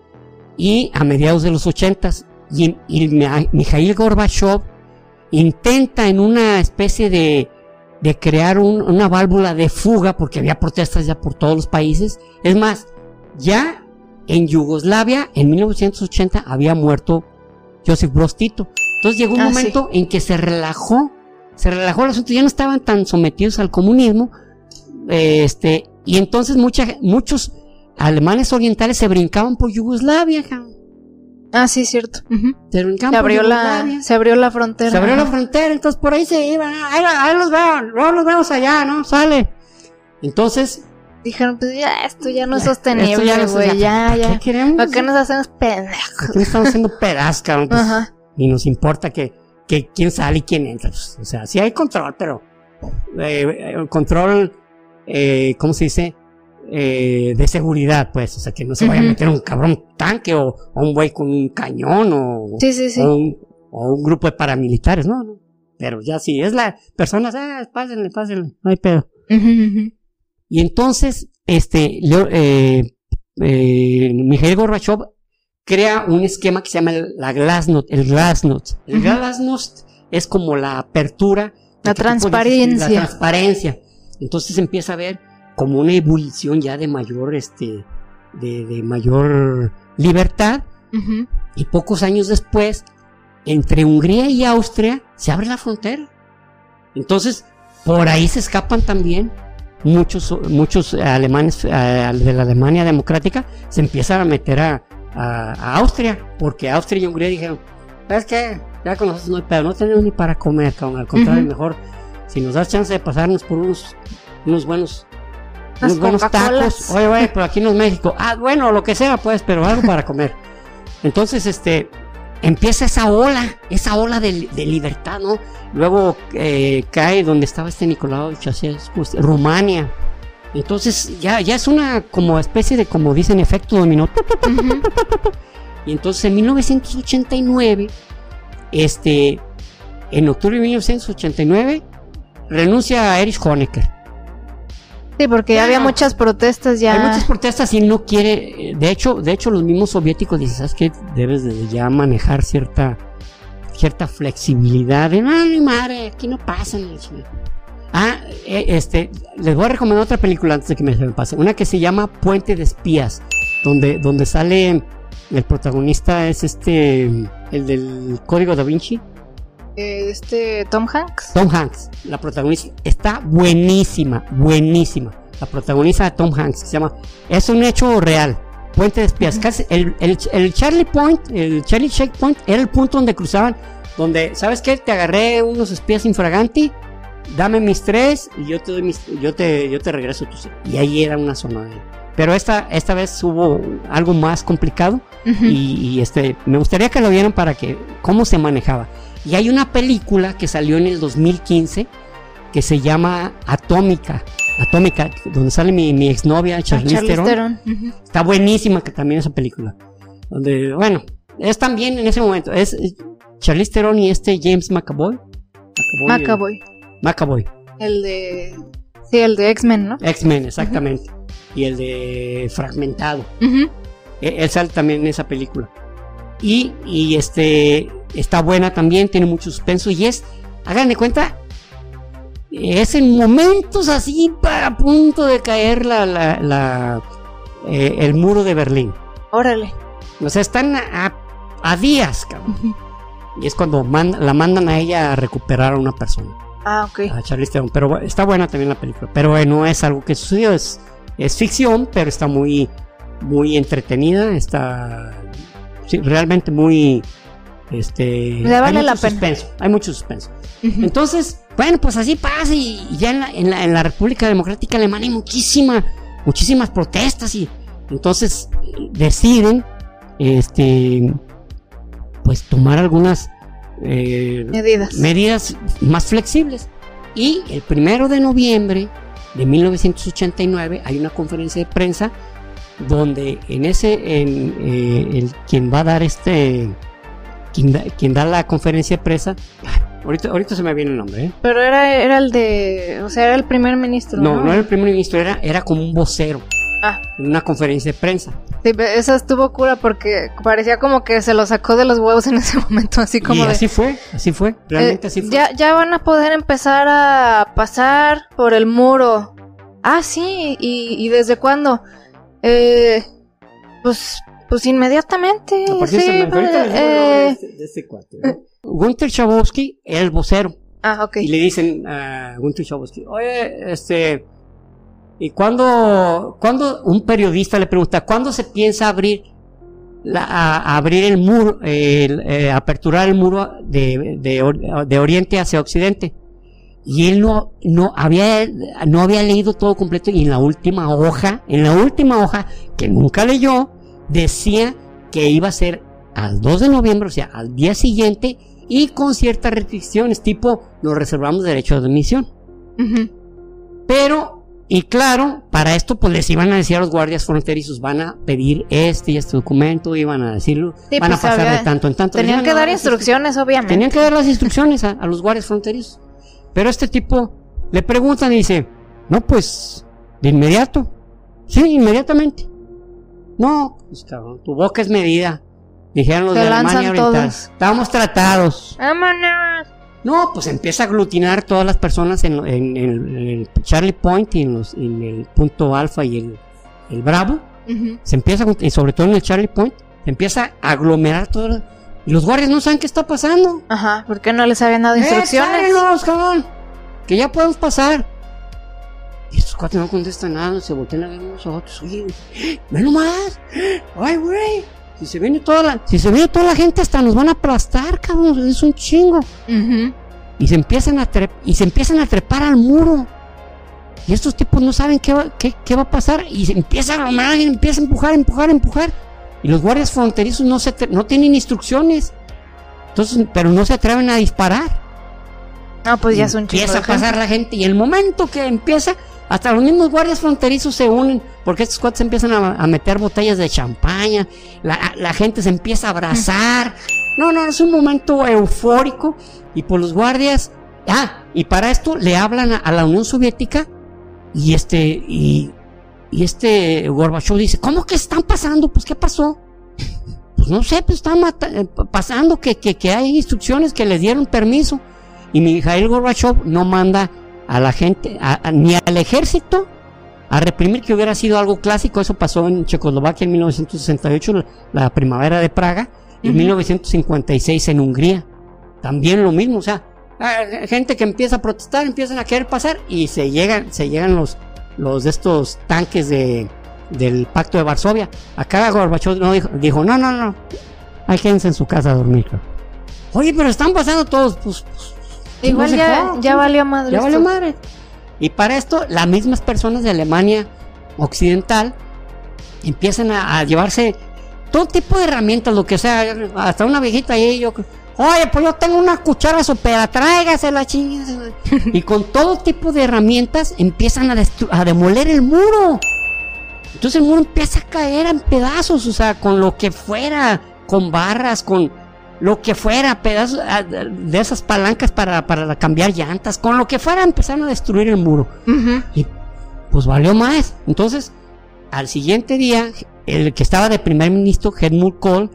y a mediados de los ochentas y, y Mikhail Gorbachev intenta en una especie de, de crear un, una válvula de fuga porque había protestas ya por todos los países. Es más, ya en Yugoslavia en mil novecientos ochenta había muerto Josip Broz Tito. Entonces llegó un ah, momento sí. en que se relajó, se relajó el asunto, ya no estaban tan sometidos al comunismo, este, y entonces mucha, muchos alemanes orientales se brincaban por Yugoslavia. Ah, sí, cierto. Uh-huh. Se brincaban se abrió por la, se abrió la frontera. Se abrió ajá. la frontera, entonces por ahí se iban, ahí, ahí los veo, luego los vemos allá, ¿no? Sale. Entonces dijeron, pues ya, esto ya no es sostenible, güey, ya, ya. ¿Qué queremos? ¿Por qué nos hacemos pendejos? ¿Por qué nos estamos haciendo pedazos, cabrón? Pues, ajá. Y nos importa que, que quién sale y quién entra. Pues, o sea, sí hay control, pero eh, control, eh, ¿cómo se dice? Eh, de seguridad, pues, o sea, que no se vaya uh-huh. a meter un cabrón tanque o, o un güey con un cañón o, sí, sí, sí. o, un, o un grupo de paramilitares, no, no. Pero ya sí, es la persona, ah, pásenle, pásenle, no hay pedo. Uh-huh. Y entonces, este, yo, eh, eh, Mikhail Gorbachev crea un esquema que se llama la Glasnost, el Glasnost. El uh-huh. Glasnost es como la apertura, la transparencia. La transparencia. Entonces empieza a ver como una ebullición ya de mayor, este, de, de mayor libertad. Uh-huh. Y pocos años después, entre Hungría y Austria, se abre la frontera. Entonces, por ahí se escapan también muchos, muchos alemanes, uh, de la Alemania democrática, se empiezan a meter a, a, a Austria, porque Austria y Hungría dijeron, ¿sabes qué? Ya con nosotros no hay pedo, no tenemos ni para comer, cabrón. Al contrario, uh-huh. mejor, si nos das chance de pasarnos por unos, unos buenos unos buenos tacos, oye, oye, pero aquí no es México, ah, bueno, lo que sea, pues, pero algo para comer. Entonces, este, empieza esa ola, esa ola de, de libertad, ¿no? Luego eh, cae donde estaba este Nicolau Ceausescu, Rumania. Entonces, ya, ya es una como especie de, como dicen, efecto dominó. Uh-huh. Y entonces, en mil novecientos ochenta y nueve, este, en octubre de mil novecientos ochenta y nueve, renuncia a Erich Honecker. Sí, porque ya había muchas protestas ya. Hay muchas protestas y él no quiere, de hecho, de hecho los mismos soviéticos dicen, ¿sabes qué? Debes de ya manejar cierta cierta flexibilidad de, ay, madre, aquí no pasa nada. Ah, este, les voy a recomendar otra película antes de que me, me pase, una que se llama Puente de Espías, donde, donde sale, el protagonista es este, el del Código Da Vinci. Este, Tom Hanks. Tom Hanks, la protagonista, está buenísima, buenísima. La protagonista de Tom Hanks, que se llama, es un hecho real, Puente de Espías. Uh-huh. Casi el, el, el Charlie Point, el Charlie Checkpoint, era el punto donde cruzaban, donde, ¿sabes qué? Te agarré unos espías infraganti dame mis tres y yo te doy mis, yo te, yo te regreso tus. Y ahí era una zona de... Pero esta, esta vez hubo algo más complicado. Uh-huh. y, y este, me gustaría que lo vieran para que, cómo se manejaba. Y hay una película que salió en el dos mil quince que se llama Atómica. Atómica, donde sale mi, mi exnovia Charlize Theron. Uh-huh. Está buenísima que también esa película. Donde, bueno, es también en ese momento. Es Charlize Theron y este James McAvoy. McAvoy. McAvoy. El de... Sí, el de X-Men, ¿no? X-Men, exactamente. Uh-huh. Y el de Fragmentado. Uh-huh. Él, él sale también en esa película. Y, y este... Está buena también, tiene mucho suspenso. Y es, hagan de cuenta, es en momentos así a punto de caer la, la, la eh, el muro de Berlín. Órale. O sea, están a, a días, cabrón. Uh-huh. Y es cuando manda, la mandan a ella a recuperar a una persona. Ah, ok. A Charlize Theron. Pero está buena también la película. Pero bueno, no es algo que sucedió, es, es ficción, pero está muy, muy entretenida. Está sí, realmente muy... Este, le vale hay la mucho pena. Suspenso, hay mucho suspenso. Uh-huh. Entonces, bueno, pues así pasa. Y, y ya en la, en, la, en la República Democrática Alemana hay muchísima, muchísimas protestas. Y entonces deciden este, pues tomar algunas eh, medidas. medidas más flexibles. Y el primero de noviembre de mil novecientos ochenta y nueve hay una conferencia de prensa donde en ese en, eh, el, quien va a dar este Quien da, quien da la conferencia de prensa, ahorita, ahorita se me viene el nombre, ¿eh? Pero era, era el de, o sea, era el primer ministro, ¿no? No, no era el primer ministro, era, era como un vocero. Ah. En una conferencia de prensa. Sí, esa estuvo cura porque parecía como que se lo sacó de los huevos en ese momento, así como y de... así fue, así fue, realmente eh, así fue. Ya, ya van a poder empezar a pasar por el muro. Ah, sí, ¿y, y desde cuándo? Eh, pues... Pues inmediatamente. Sí, de, pues, eh, de, este, de este cuate, ¿no? Gunther Schabowski era el vocero. Ah, ok. Y le dicen a Gunther Schabowski, oye, este, ¿y cuándo, cuándo un periodista le pregunta, ¿cuándo se piensa abrir la, a, a abrir el muro, eh, el, eh, aperturar el muro de, de, de Oriente hacia Occidente? Y él no, no había, no había leído todo completo, y en la última hoja, en la última hoja, que nunca leyó, decía que iba a ser al dos de noviembre, o sea, al día siguiente, y con ciertas restricciones, tipo, nos reservamos derecho de admisión. Uh-huh. Pero, y claro, para esto, pues les iban a decir a los guardias fronterizos, van a pedir este y este documento, iban a decirlo, sí, van pues a pasar había, de tanto en tanto. Tenían que dar instrucciones, obviamente. Tenían que dar las instrucciones a, a los guardias fronterizos. Pero este tipo le preguntan y dice, no, pues, de inmediato. Sí, inmediatamente. No, pues cabrón, tu boca es medida. Dijeron los se de Alemania Oriental. Estábamos tratados. ¡Vámonos! No, pues empieza a aglutinar todas las personas en, en, en, en el Charlie Point y en, los, en el punto Alfa y el, el Bravo. Uh-huh. Se empieza, y sobre todo en el Charlie Point, se empieza a aglomerar todo. Y los guardias no saben qué está pasando. Ajá, ¿por qué no les habían dado instrucciones? ¡Eh, sálenos, cabrón! Que ya podemos pasar. Y estos cuates no contestan nada, se voltean a ver unos a otros. Oye, ven nomás. Ay, güey. Si se viene toda la, si se viene toda la gente, hasta nos van a aplastar, cabrón. Es un chingo. Uh-huh. Y se empiezan a trep, y se empiezan a trepar al muro. Y estos tipos no saben qué va, qué, qué va a pasar. Y se empieza a aglomerar y empieza a empujar, empujar, empujar. Y los guardias fronterizos no se no tienen instrucciones. Entonces, pero no se atreven a disparar. No, pues ya es un chingo. Empieza a pasar la gente. Y el momento que empieza, hasta los mismos guardias fronterizos se unen, porque estos cuates empiezan a, a meter botellas de champaña, la, la gente se empieza a abrazar. No, no, es un momento eufórico. Y por los guardias, ah, y para esto le hablan a, a la Unión Soviética, y este, y, y este Gorbachev dice, ¿cómo que están pasando? Pues, ¿qué pasó? Pues no sé, pues están pasando que, que, que hay instrucciones que les dieron permiso. Y Mikhail Gorbachev no manda a la gente, a, a, ni al ejército a reprimir, que hubiera sido algo clásico. Eso pasó en Checoslovaquia en mil novecientos sesenta y ocho, la, la primavera de Praga, y en uh-huh. mil novecientos cincuenta y seis en Hungría. También lo mismo, o sea, gente que empieza a protestar, empiezan a querer pasar, y se llegan, se llegan los, los de estos tanques de, del Pacto de Varsovia. Acá Gorbachev no dijo, dijo, no, no, no, hay quédense en su casa a dormir, claro. Oye, pero están pasando todos, pues, pues Igual ya, ya valió madre. Ya valió madre. Y para esto, las mismas personas de Alemania Occidental empiezan a, a llevarse todo tipo de herramientas, lo que sea, hasta una viejita ahí, yo, oye, pues yo tengo una cuchara sopera, tráigase la chingada. Y con todo tipo de herramientas empiezan a, a demoler el muro. Entonces el muro empieza a caer en pedazos, o sea, con lo que fuera, con barras, con lo que fuera, pedazos de esas palancas para, para cambiar llantas, con lo que fuera empezaron a destruir el muro. Uh-huh. Y pues valió más. Entonces, al siguiente día, el que estaba de primer ministro, Helmut Kohl,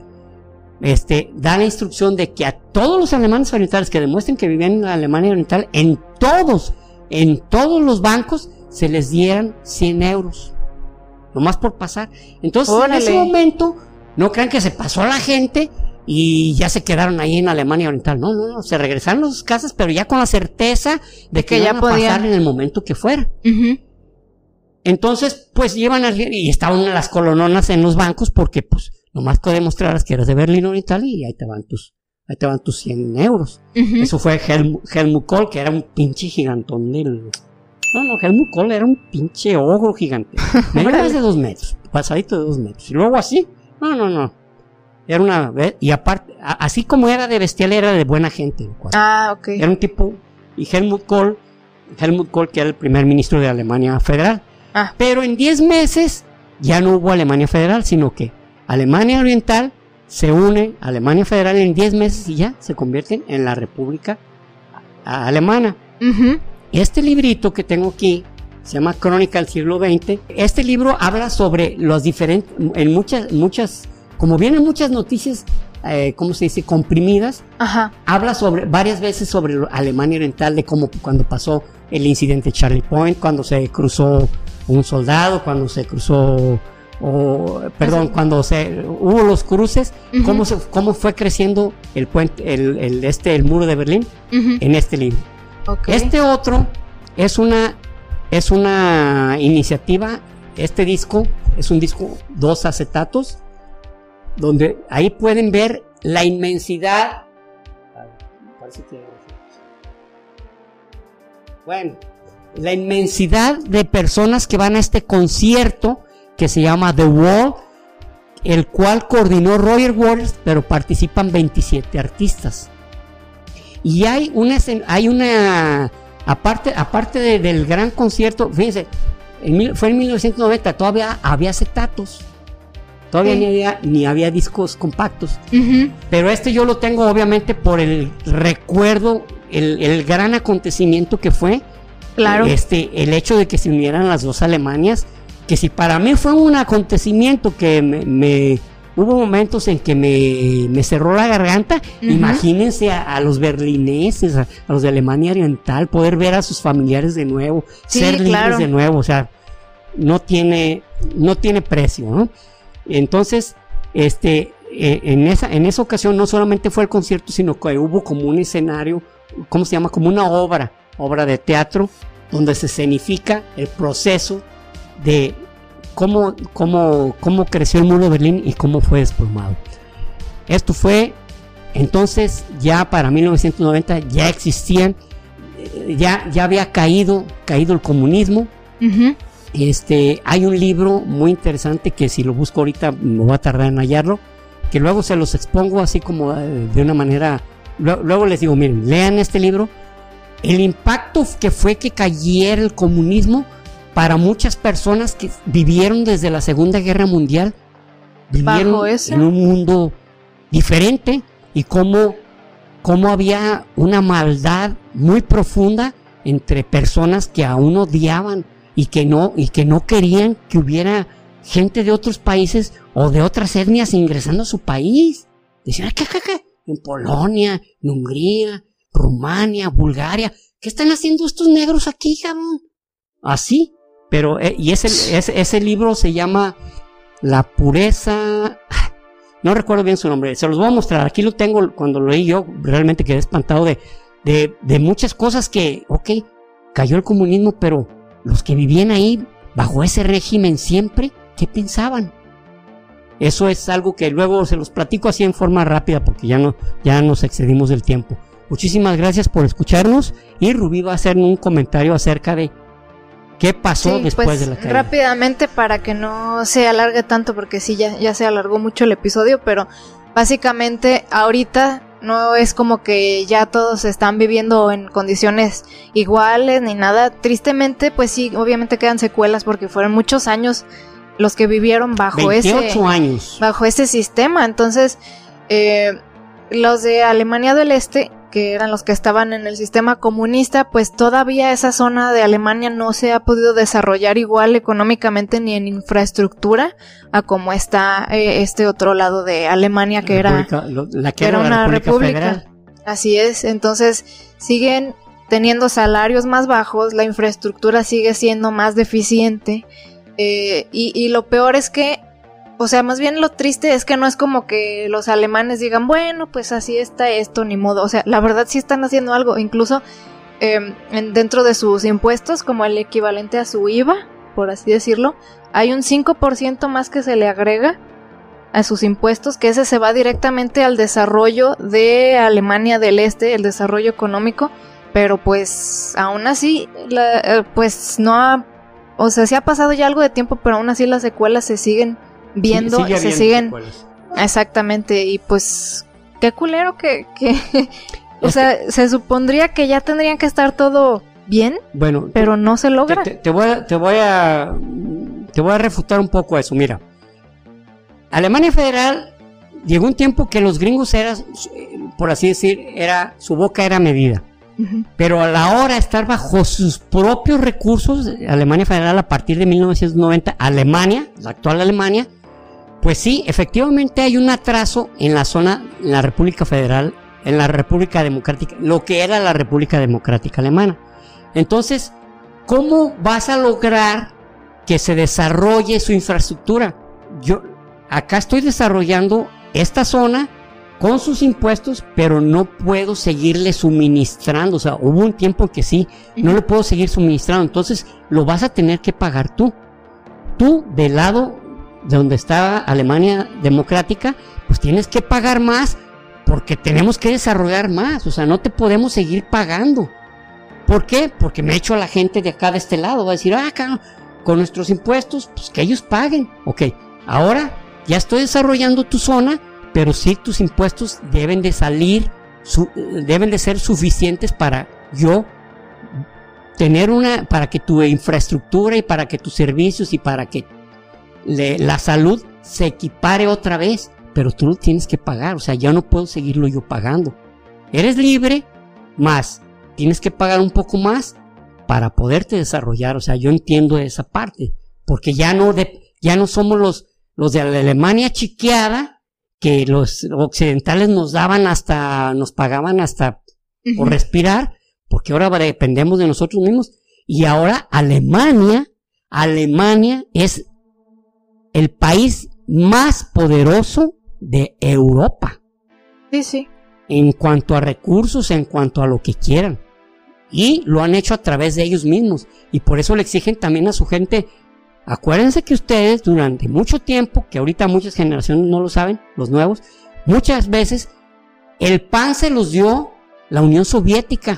este, da la instrucción de que a todos los alemanes orientales que demuestren que vivían en la Alemania oriental, en todos, en todos los bancos, se les dieran cien euros. Nomás por pasar. Entonces, ¡órale! En ese momento, no crean que se pasó a la gente y ya se quedaron ahí en Alemania oriental. No, no, no, se regresaron a sus casas, pero ya con la certeza de que, que ya iban a podían pasar en el momento que fuera. Uh-huh. Entonces, pues llevan a, y estaban las colononas en los bancos porque, pues, nomás que demostraras que eres de Berlín Oriental y ahí te van tus, ahí te van tus cien euros. Uh-huh. Eso fue Helmut, Helmut Kohl, que era un pinche gigantón del... No, no, Helmut Kohl era un pinche ogro gigante. Medía más de dos metros, pasadito de dos metros. Y luego así, no, no, no. Era una... Y aparte, a, así como era de bestial, era de buena gente. Ah, ok. Era un tipo... Y Helmut Kohl, Helmut Kohl, que era el primer ministro de Alemania Federal. Ah. Pero en diez meses ya no hubo Alemania Federal, sino que Alemania Oriental se une a Alemania Federal en diez meses y ya se convierten en la República Alemana. Uh-huh. Este librito que tengo aquí se llama Crónica del siglo veinte. Este libro habla sobre los diferentes, en muchas, muchas, como vienen muchas noticias, eh, ¿cómo se dice? Comprimidas. Ajá. Habla sobre, varias veces sobre Alemania Oriental, de cómo, cuando pasó el incidente Charlie Point, cuando se cruzó un soldado, cuando se cruzó, o, perdón, cuando se hubo los cruces, uh-huh. cómo se, cómo fue creciendo el puente, el, el este, el muro de Berlín, uh-huh. en este libro. Okay. Este otro es una, es una iniciativa. Este disco es un disco, dos acetatos, donde ahí pueden ver la inmensidad. Bueno. La inmensidad de personas que van a este concierto que se llama The Wall, el cual coordinó Roger Waters, pero participan veintisiete artistas. Y hay una, hay una aparte, aparte de, del gran concierto, fíjense, en, fue en mil novecientos noventa, todavía había acetatos, todavía sí. ni, había, ni había discos compactos. Uh-huh. Pero este yo lo tengo obviamente por el recuerdo, el, el gran acontecimiento que fue. Claro. Este, el hecho de que se unieran las dos Alemanias, que si para mí fue un acontecimiento que me, me hubo momentos en que me, me cerró la garganta, uh-huh. imagínense a, a los berlineses, a, a los de Alemania Oriental, poder ver a sus familiares de nuevo, sí, ser libres claro. de nuevo, o sea, no tiene, no tiene precio, ¿no? Entonces, este, eh, en esa, en esa ocasión no solamente fue el concierto, sino que hubo como un escenario, ¿cómo se llama? Como una obra. obra de teatro, donde se escenifica el proceso de cómo, cómo, cómo creció el muro de Berlín y cómo fue desplomado. Esto fue, entonces, ya para mil novecientos noventa ya existían, ya, ya había caído, caído el comunismo. Uh-huh. Este, hay un libro muy interesante que si lo busco ahorita me voy a tardar en hallarlo, que luego se los expongo así como de una manera, luego, luego les digo, miren, lean este libro. El impacto que fue que cayera el comunismo para muchas personas que vivieron desde la Segunda Guerra Mundial, vivieron en un mundo diferente, y cómo, cómo había una maldad muy profunda entre personas que aún odiaban y que no, y que no querían que hubiera gente de otros países o de otras etnias ingresando a su país. Decían, ¿qué, qué, qué? En Polonia, en Hungría, Rumania, Bulgaria, ¿qué están haciendo estos negros aquí, cabrón? Así, pero, eh, y ese, ese, ese libro se llama La Pureza, no recuerdo bien su nombre, se los voy a mostrar, aquí lo tengo. Cuando lo leí yo, realmente quedé espantado de, de, de muchas cosas que, ok, cayó el comunismo, pero los que vivían ahí, bajo ese régimen siempre, ¿qué pensaban? Eso es algo que luego se los platico así en forma rápida, porque ya no, ya nos excedimos del tiempo. muchísimas gracias por escucharnos y Rubí va a hacer un comentario acerca de qué pasó sí, después pues, de la caída. Rápidamente para que no se alargue tanto, porque sí, ya, ya se alargó mucho el episodio, pero básicamente ahorita no es como que ya todos están viviendo en condiciones iguales ni nada. Tristemente, pues sí, obviamente quedan secuelas porque fueron muchos años los que vivieron bajo veintiocho ese años. bajo ese sistema. Entonces, eh, los de Alemania del Este, que eran los que estaban en el sistema comunista, pues todavía esa zona de Alemania no se ha podido desarrollar igual económicamente ni en infraestructura a como está eh, este otro lado de Alemania que era, la que que era era una república, república. Federal. Así es, entonces siguen teniendo salarios más bajos, la infraestructura sigue siendo más deficiente, eh, y, y lo peor es que, o sea, más bien lo triste es que no es como que los alemanes digan, bueno, pues así está esto, ni modo. O sea, la verdad sí están haciendo algo. Incluso eh, en, dentro de sus impuestos, como el equivalente a su I V A, por así decirlo, hay un cinco por ciento más que se le agrega a sus impuestos, que ese se va directamente al desarrollo de Alemania del Este, el desarrollo económico. Pero pues aún así, la, eh, pues no ha... O sea, sí ha pasado ya algo de tiempo, pero aún así las secuelas se siguen viendo, sí, se siguen secuelas. Exactamente, y pues qué culero que, que o sea, que, se supondría que ya tendrían que estar todo bien, bueno, pero te, no se logra. Te, te, te, voy a, te voy a te voy a refutar un poco eso. Mira, Alemania Federal llegó un tiempo que los gringos eran, por así decir, era su boca era medida. Uh-huh. Pero a la hora de estar bajo sus propios recursos, Alemania Federal a partir de mil novecientos noventa, Alemania, la actual Alemania, pues sí, efectivamente hay un atraso en la zona, en la República Federal, en la República Democrática, lo que era la República Democrática Alemana. Entonces, ¿cómo vas a lograr que se desarrolle su infraestructura? Yo acá estoy desarrollando esta zona con sus impuestos, pero no puedo seguirle suministrando. O sea, hubo un tiempo que sí, no le puedo seguir suministrando. Entonces, lo vas a tener que pagar tú. Tú, del lado de donde está Alemania Democrática, pues tienes que pagar más porque tenemos que desarrollar más. O sea, no te podemos seguir pagando. ¿Por qué? Porque me echo a la gente de acá de este lado. Va a decir, ah, claro, con nuestros impuestos, pues que ellos paguen. Ok, ahora ya estoy desarrollando tu zona, pero sí tus impuestos deben de salir, su, deben de ser suficientes para yo tener una, para que tu infraestructura y para que tus servicios y para que le, la salud se equipare otra vez, pero tú lo tienes que pagar. O sea, ya no puedo seguirlo yo pagando. Eres libre, más tienes que pagar un poco más para poderte desarrollar. O sea, yo entiendo esa parte, porque ya no, de, ya no somos los, los de la Alemania chiqueada, que los occidentales nos daban hasta, nos pagaban hasta uh-huh. por respirar, porque ahora dependemos de nosotros mismos. Y ahora Alemania, Alemania es el país más poderoso de Europa. Sí, sí. En cuanto a recursos, en cuanto a lo que quieran. Y lo han hecho a través de ellos mismos. Y por eso le exigen también a su gente. Acuérdense que ustedes durante mucho tiempo, que ahorita muchas generaciones no lo saben, los nuevos, muchas veces el pan se los dio la Unión Soviética.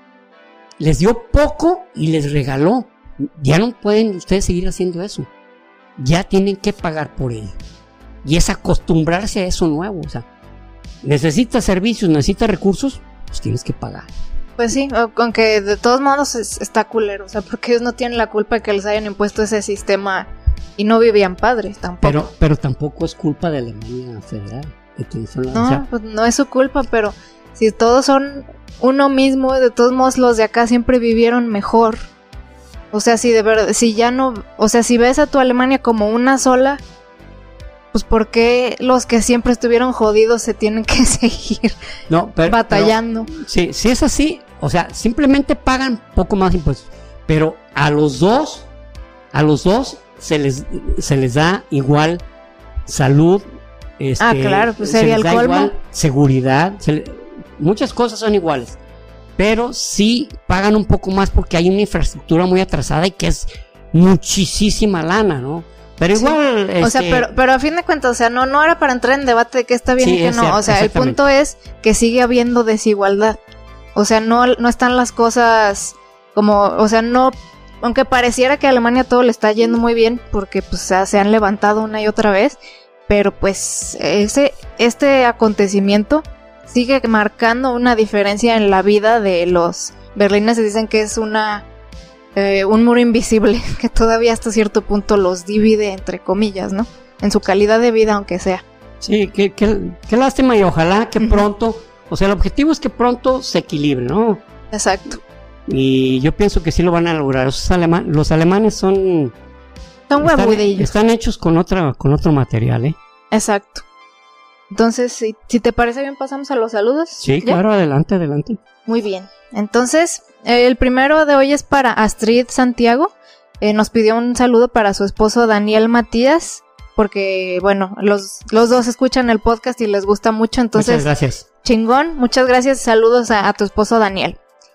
Les dio poco y les regaló. Ya no pueden ustedes seguir haciendo eso. Ya tienen que pagar por ello. Y es acostumbrarse a eso nuevo. O sea, necesitas servicios, necesitas recursos, pues tienes que pagar. Pues sí, aunque de todos modos es, está culero, o sea, porque ellos no tienen la culpa de que les hayan impuesto ese sistema y no vivían padres tampoco. Pero, pero tampoco es culpa de Alemania Federal. De que la, no, o sea, pues no es su culpa, pero si todos son uno mismo, de todos modos los de acá siempre vivieron mejor. O sea, si de verdad, si ya no, o sea, si ves a tu Alemania como una sola, pues ¿por qué los que siempre estuvieron jodidos se tienen que seguir no, pero, batallando? Pero, sí, si es así, o sea, simplemente pagan poco más impuestos, pero a los dos, a los dos se les se les da igual salud, este, ah, claro, pues sería el colmo. Igual seguridad, se le, muchas cosas son iguales, pero sí pagan un poco más porque hay una infraestructura muy atrasada y que es muchísima lana, ¿no? Pero igual, sí. O este... sea, pero, pero a fin de cuentas, o sea, no, no era para entrar en debate de qué está bien sí, y qué no, cierto, o sea, el punto es que sigue habiendo desigualdad. O sea, no, no están las cosas como, o sea, no, aunque pareciera que a Alemania todo le está yendo muy bien, porque pues se han levantado una y otra vez, pero pues ese, este acontecimiento sigue marcando una diferencia en la vida de los berlineses. Dicen que es una eh, un muro invisible que todavía hasta cierto punto los divide, entre comillas, ¿no? En su calidad de vida, aunque sea. Sí, qué, qué, qué lástima, y ojalá que uh-huh. pronto, o sea, el objetivo es que pronto se equilibre, ¿no? Exacto. Y yo pienso que sí lo van a lograr. Los, alema- los alemanes son... Son huevudillos. Están hechos con, otra, con otro material, ¿eh? Exacto. Entonces, si, si te parece bien, pasamos a los saludos. Sí, ¿ya? Claro, adelante, adelante. Muy bien. Entonces, eh, el primero de hoy es para Astrid Santiago. Eh, nos pidió un saludo para su esposo Daniel Matías, porque, bueno, los, los dos escuchan el podcast y les gusta mucho, entonces... Muchas gracias. Chingón, muchas gracias, saludos a, a tu esposo Daniel.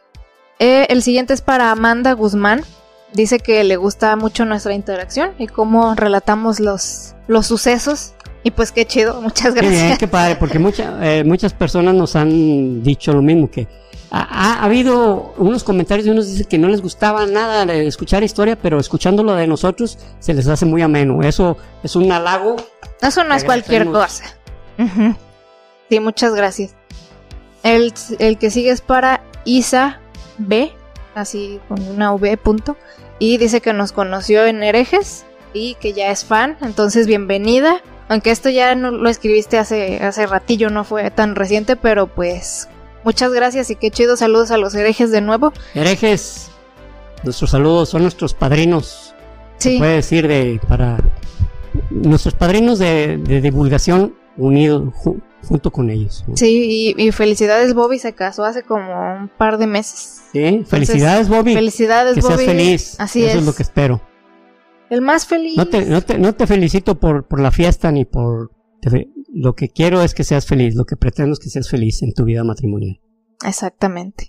Eh, el siguiente es para Amanda Guzmán. Dice que le gusta mucho nuestra interacción y cómo relatamos los, los sucesos. Y pues qué chido, muchas gracias. Qué bien, qué padre, porque mucha, eh, muchas personas nos han dicho lo mismo, que ha, ha habido unos comentarios de unos dicen que no les gustaba nada de escuchar historia, pero escuchándolo de nosotros se les hace muy ameno. Eso es un halago. Eso no es cualquier cosa. Uh-huh. Sí, muchas gracias. El, el que sigue es para Isa B, así con una V punto, y dice que nos conoció en Herejes y que ya es fan, entonces bienvenida. Aunque esto ya no lo escribiste hace, hace ratillo, no fue tan reciente, pero pues muchas gracias y qué chido. Saludos a los herejes de nuevo. Herejes, nuestros saludos, son nuestros padrinos. Sí. Se puede decir de para nuestros padrinos de, de divulgación unidos ju, junto con ellos, ¿no? Sí, y, y felicidades, Bobby se casó hace como un par de meses. Sí, entonces, felicidades, Bobby. Felicidades, que Bobby. Que seas feliz. Así Eso es. es lo que espero. El más feliz. No te, no te, no te felicito por, por la fiesta ni por... Te, lo que quiero es que seas feliz. Lo que pretendo es que seas feliz en tu vida matrimonial. Exactamente.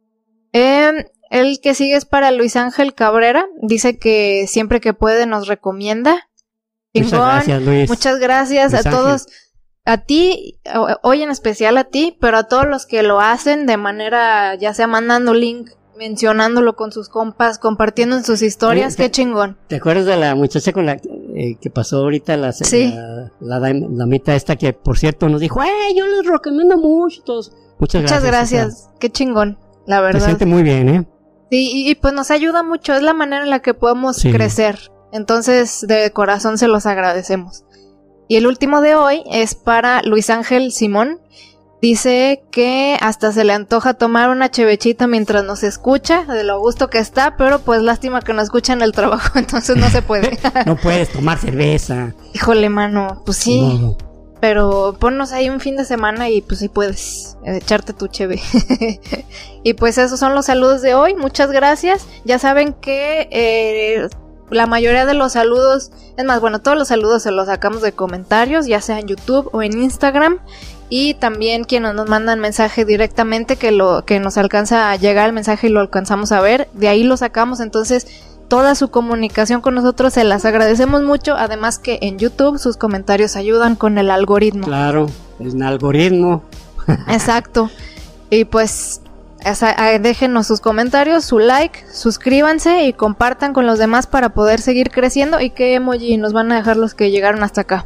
Eh, el que sigue es para Luis Ángel Cabrera. Dice que siempre que puede nos recomienda. Muchas Chingón. gracias, Luis. Muchas gracias Luis a Ángel. todos. A ti, hoy en especial a ti, pero a todos los que lo hacen de manera, ya sea mandando link, mencionándolo con sus compas, compartiendo en sus historias. Oye, qué chingón. ¿Te acuerdas de la muchacha con la eh, que pasó ahorita la, sí. la, la, la damita esta que por cierto nos dijo, ¡eh, yo les recomiendo mucho! Todos. Muchas, Muchas gracias. gracias, o sea, qué chingón, la verdad. Se siente muy bien, ¿eh? Sí, y, y pues nos ayuda mucho, es la manera en la que podemos sí. crecer. Entonces, de corazón se los agradecemos. Y el último de hoy es para Luis Ángel Simón. Dice que hasta se le antoja tomar una chevechita mientras nos escucha, de lo gusto que está, pero pues lástima que no escucha en el trabajo, entonces no se puede. No puedes tomar cerveza. Híjole, mano, pues sí, no. Pero ponnos ahí un fin de semana y pues sí puedes echarte tu cheve. Y pues esos son los saludos de hoy, muchas gracias. Ya saben que eh, la mayoría de los saludos, es más, bueno, todos los saludos se los sacamos de comentarios, ya sea en YouTube o en Instagram. Y también quienes nos mandan mensaje directamente, que lo que nos alcanza a llegar el mensaje y lo alcanzamos a ver, de ahí lo sacamos. Entonces toda su comunicación con nosotros se las agradecemos mucho. Además que en YouTube sus comentarios ayudan con el algoritmo. Claro, el algoritmo. Exacto. Y pues esa, déjenos sus comentarios, su like, suscríbanse y compartan con los demás para poder seguir creciendo. ¿Y qué emoji nos van a dejar los que llegaron hasta acá?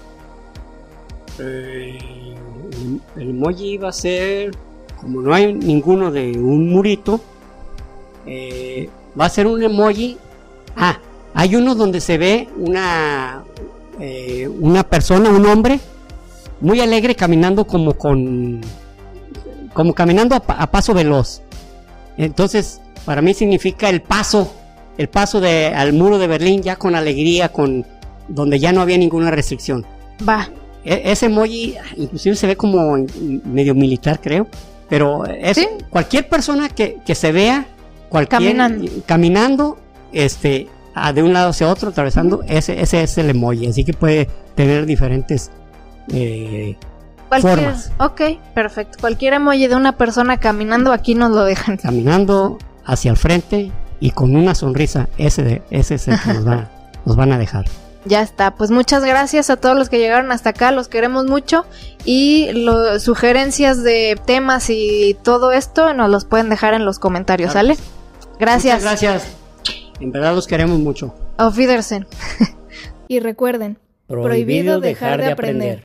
Eh... El emoji va a ser, como no hay ninguno de un murito, eh, va a ser un emoji. Ah, hay uno donde se ve una eh, una persona, un hombre muy alegre caminando como con como caminando a, a paso veloz. Entonces, para mí significa el paso, el paso de al muro de Berlín ya con alegría, con donde ya no había ninguna restricción. Va. Ese emoji inclusive se ve como medio militar, creo, pero es ¿sí? Cualquier persona que, que se vea cualquier, caminando, caminando este, de un lado hacia otro, atravesando, uh-huh. ese, ese es el emoji, así que puede tener diferentes eh, formas. Ok, perfecto. Cualquier emoji de una persona caminando, aquí nos lo dejan. Caminando hacia el frente y con una sonrisa, ese, de, ese es el que nos, va, nos van a dejar. Ya está, pues muchas gracias a todos los que llegaron hasta acá, los queremos mucho y lo, sugerencias de temas y todo esto nos los pueden dejar en los comentarios, ¿sale? Gracias. Muchas gracias, en verdad los queremos mucho. Auf Wiedersehen. Y recuerden, prohibido dejar de aprender.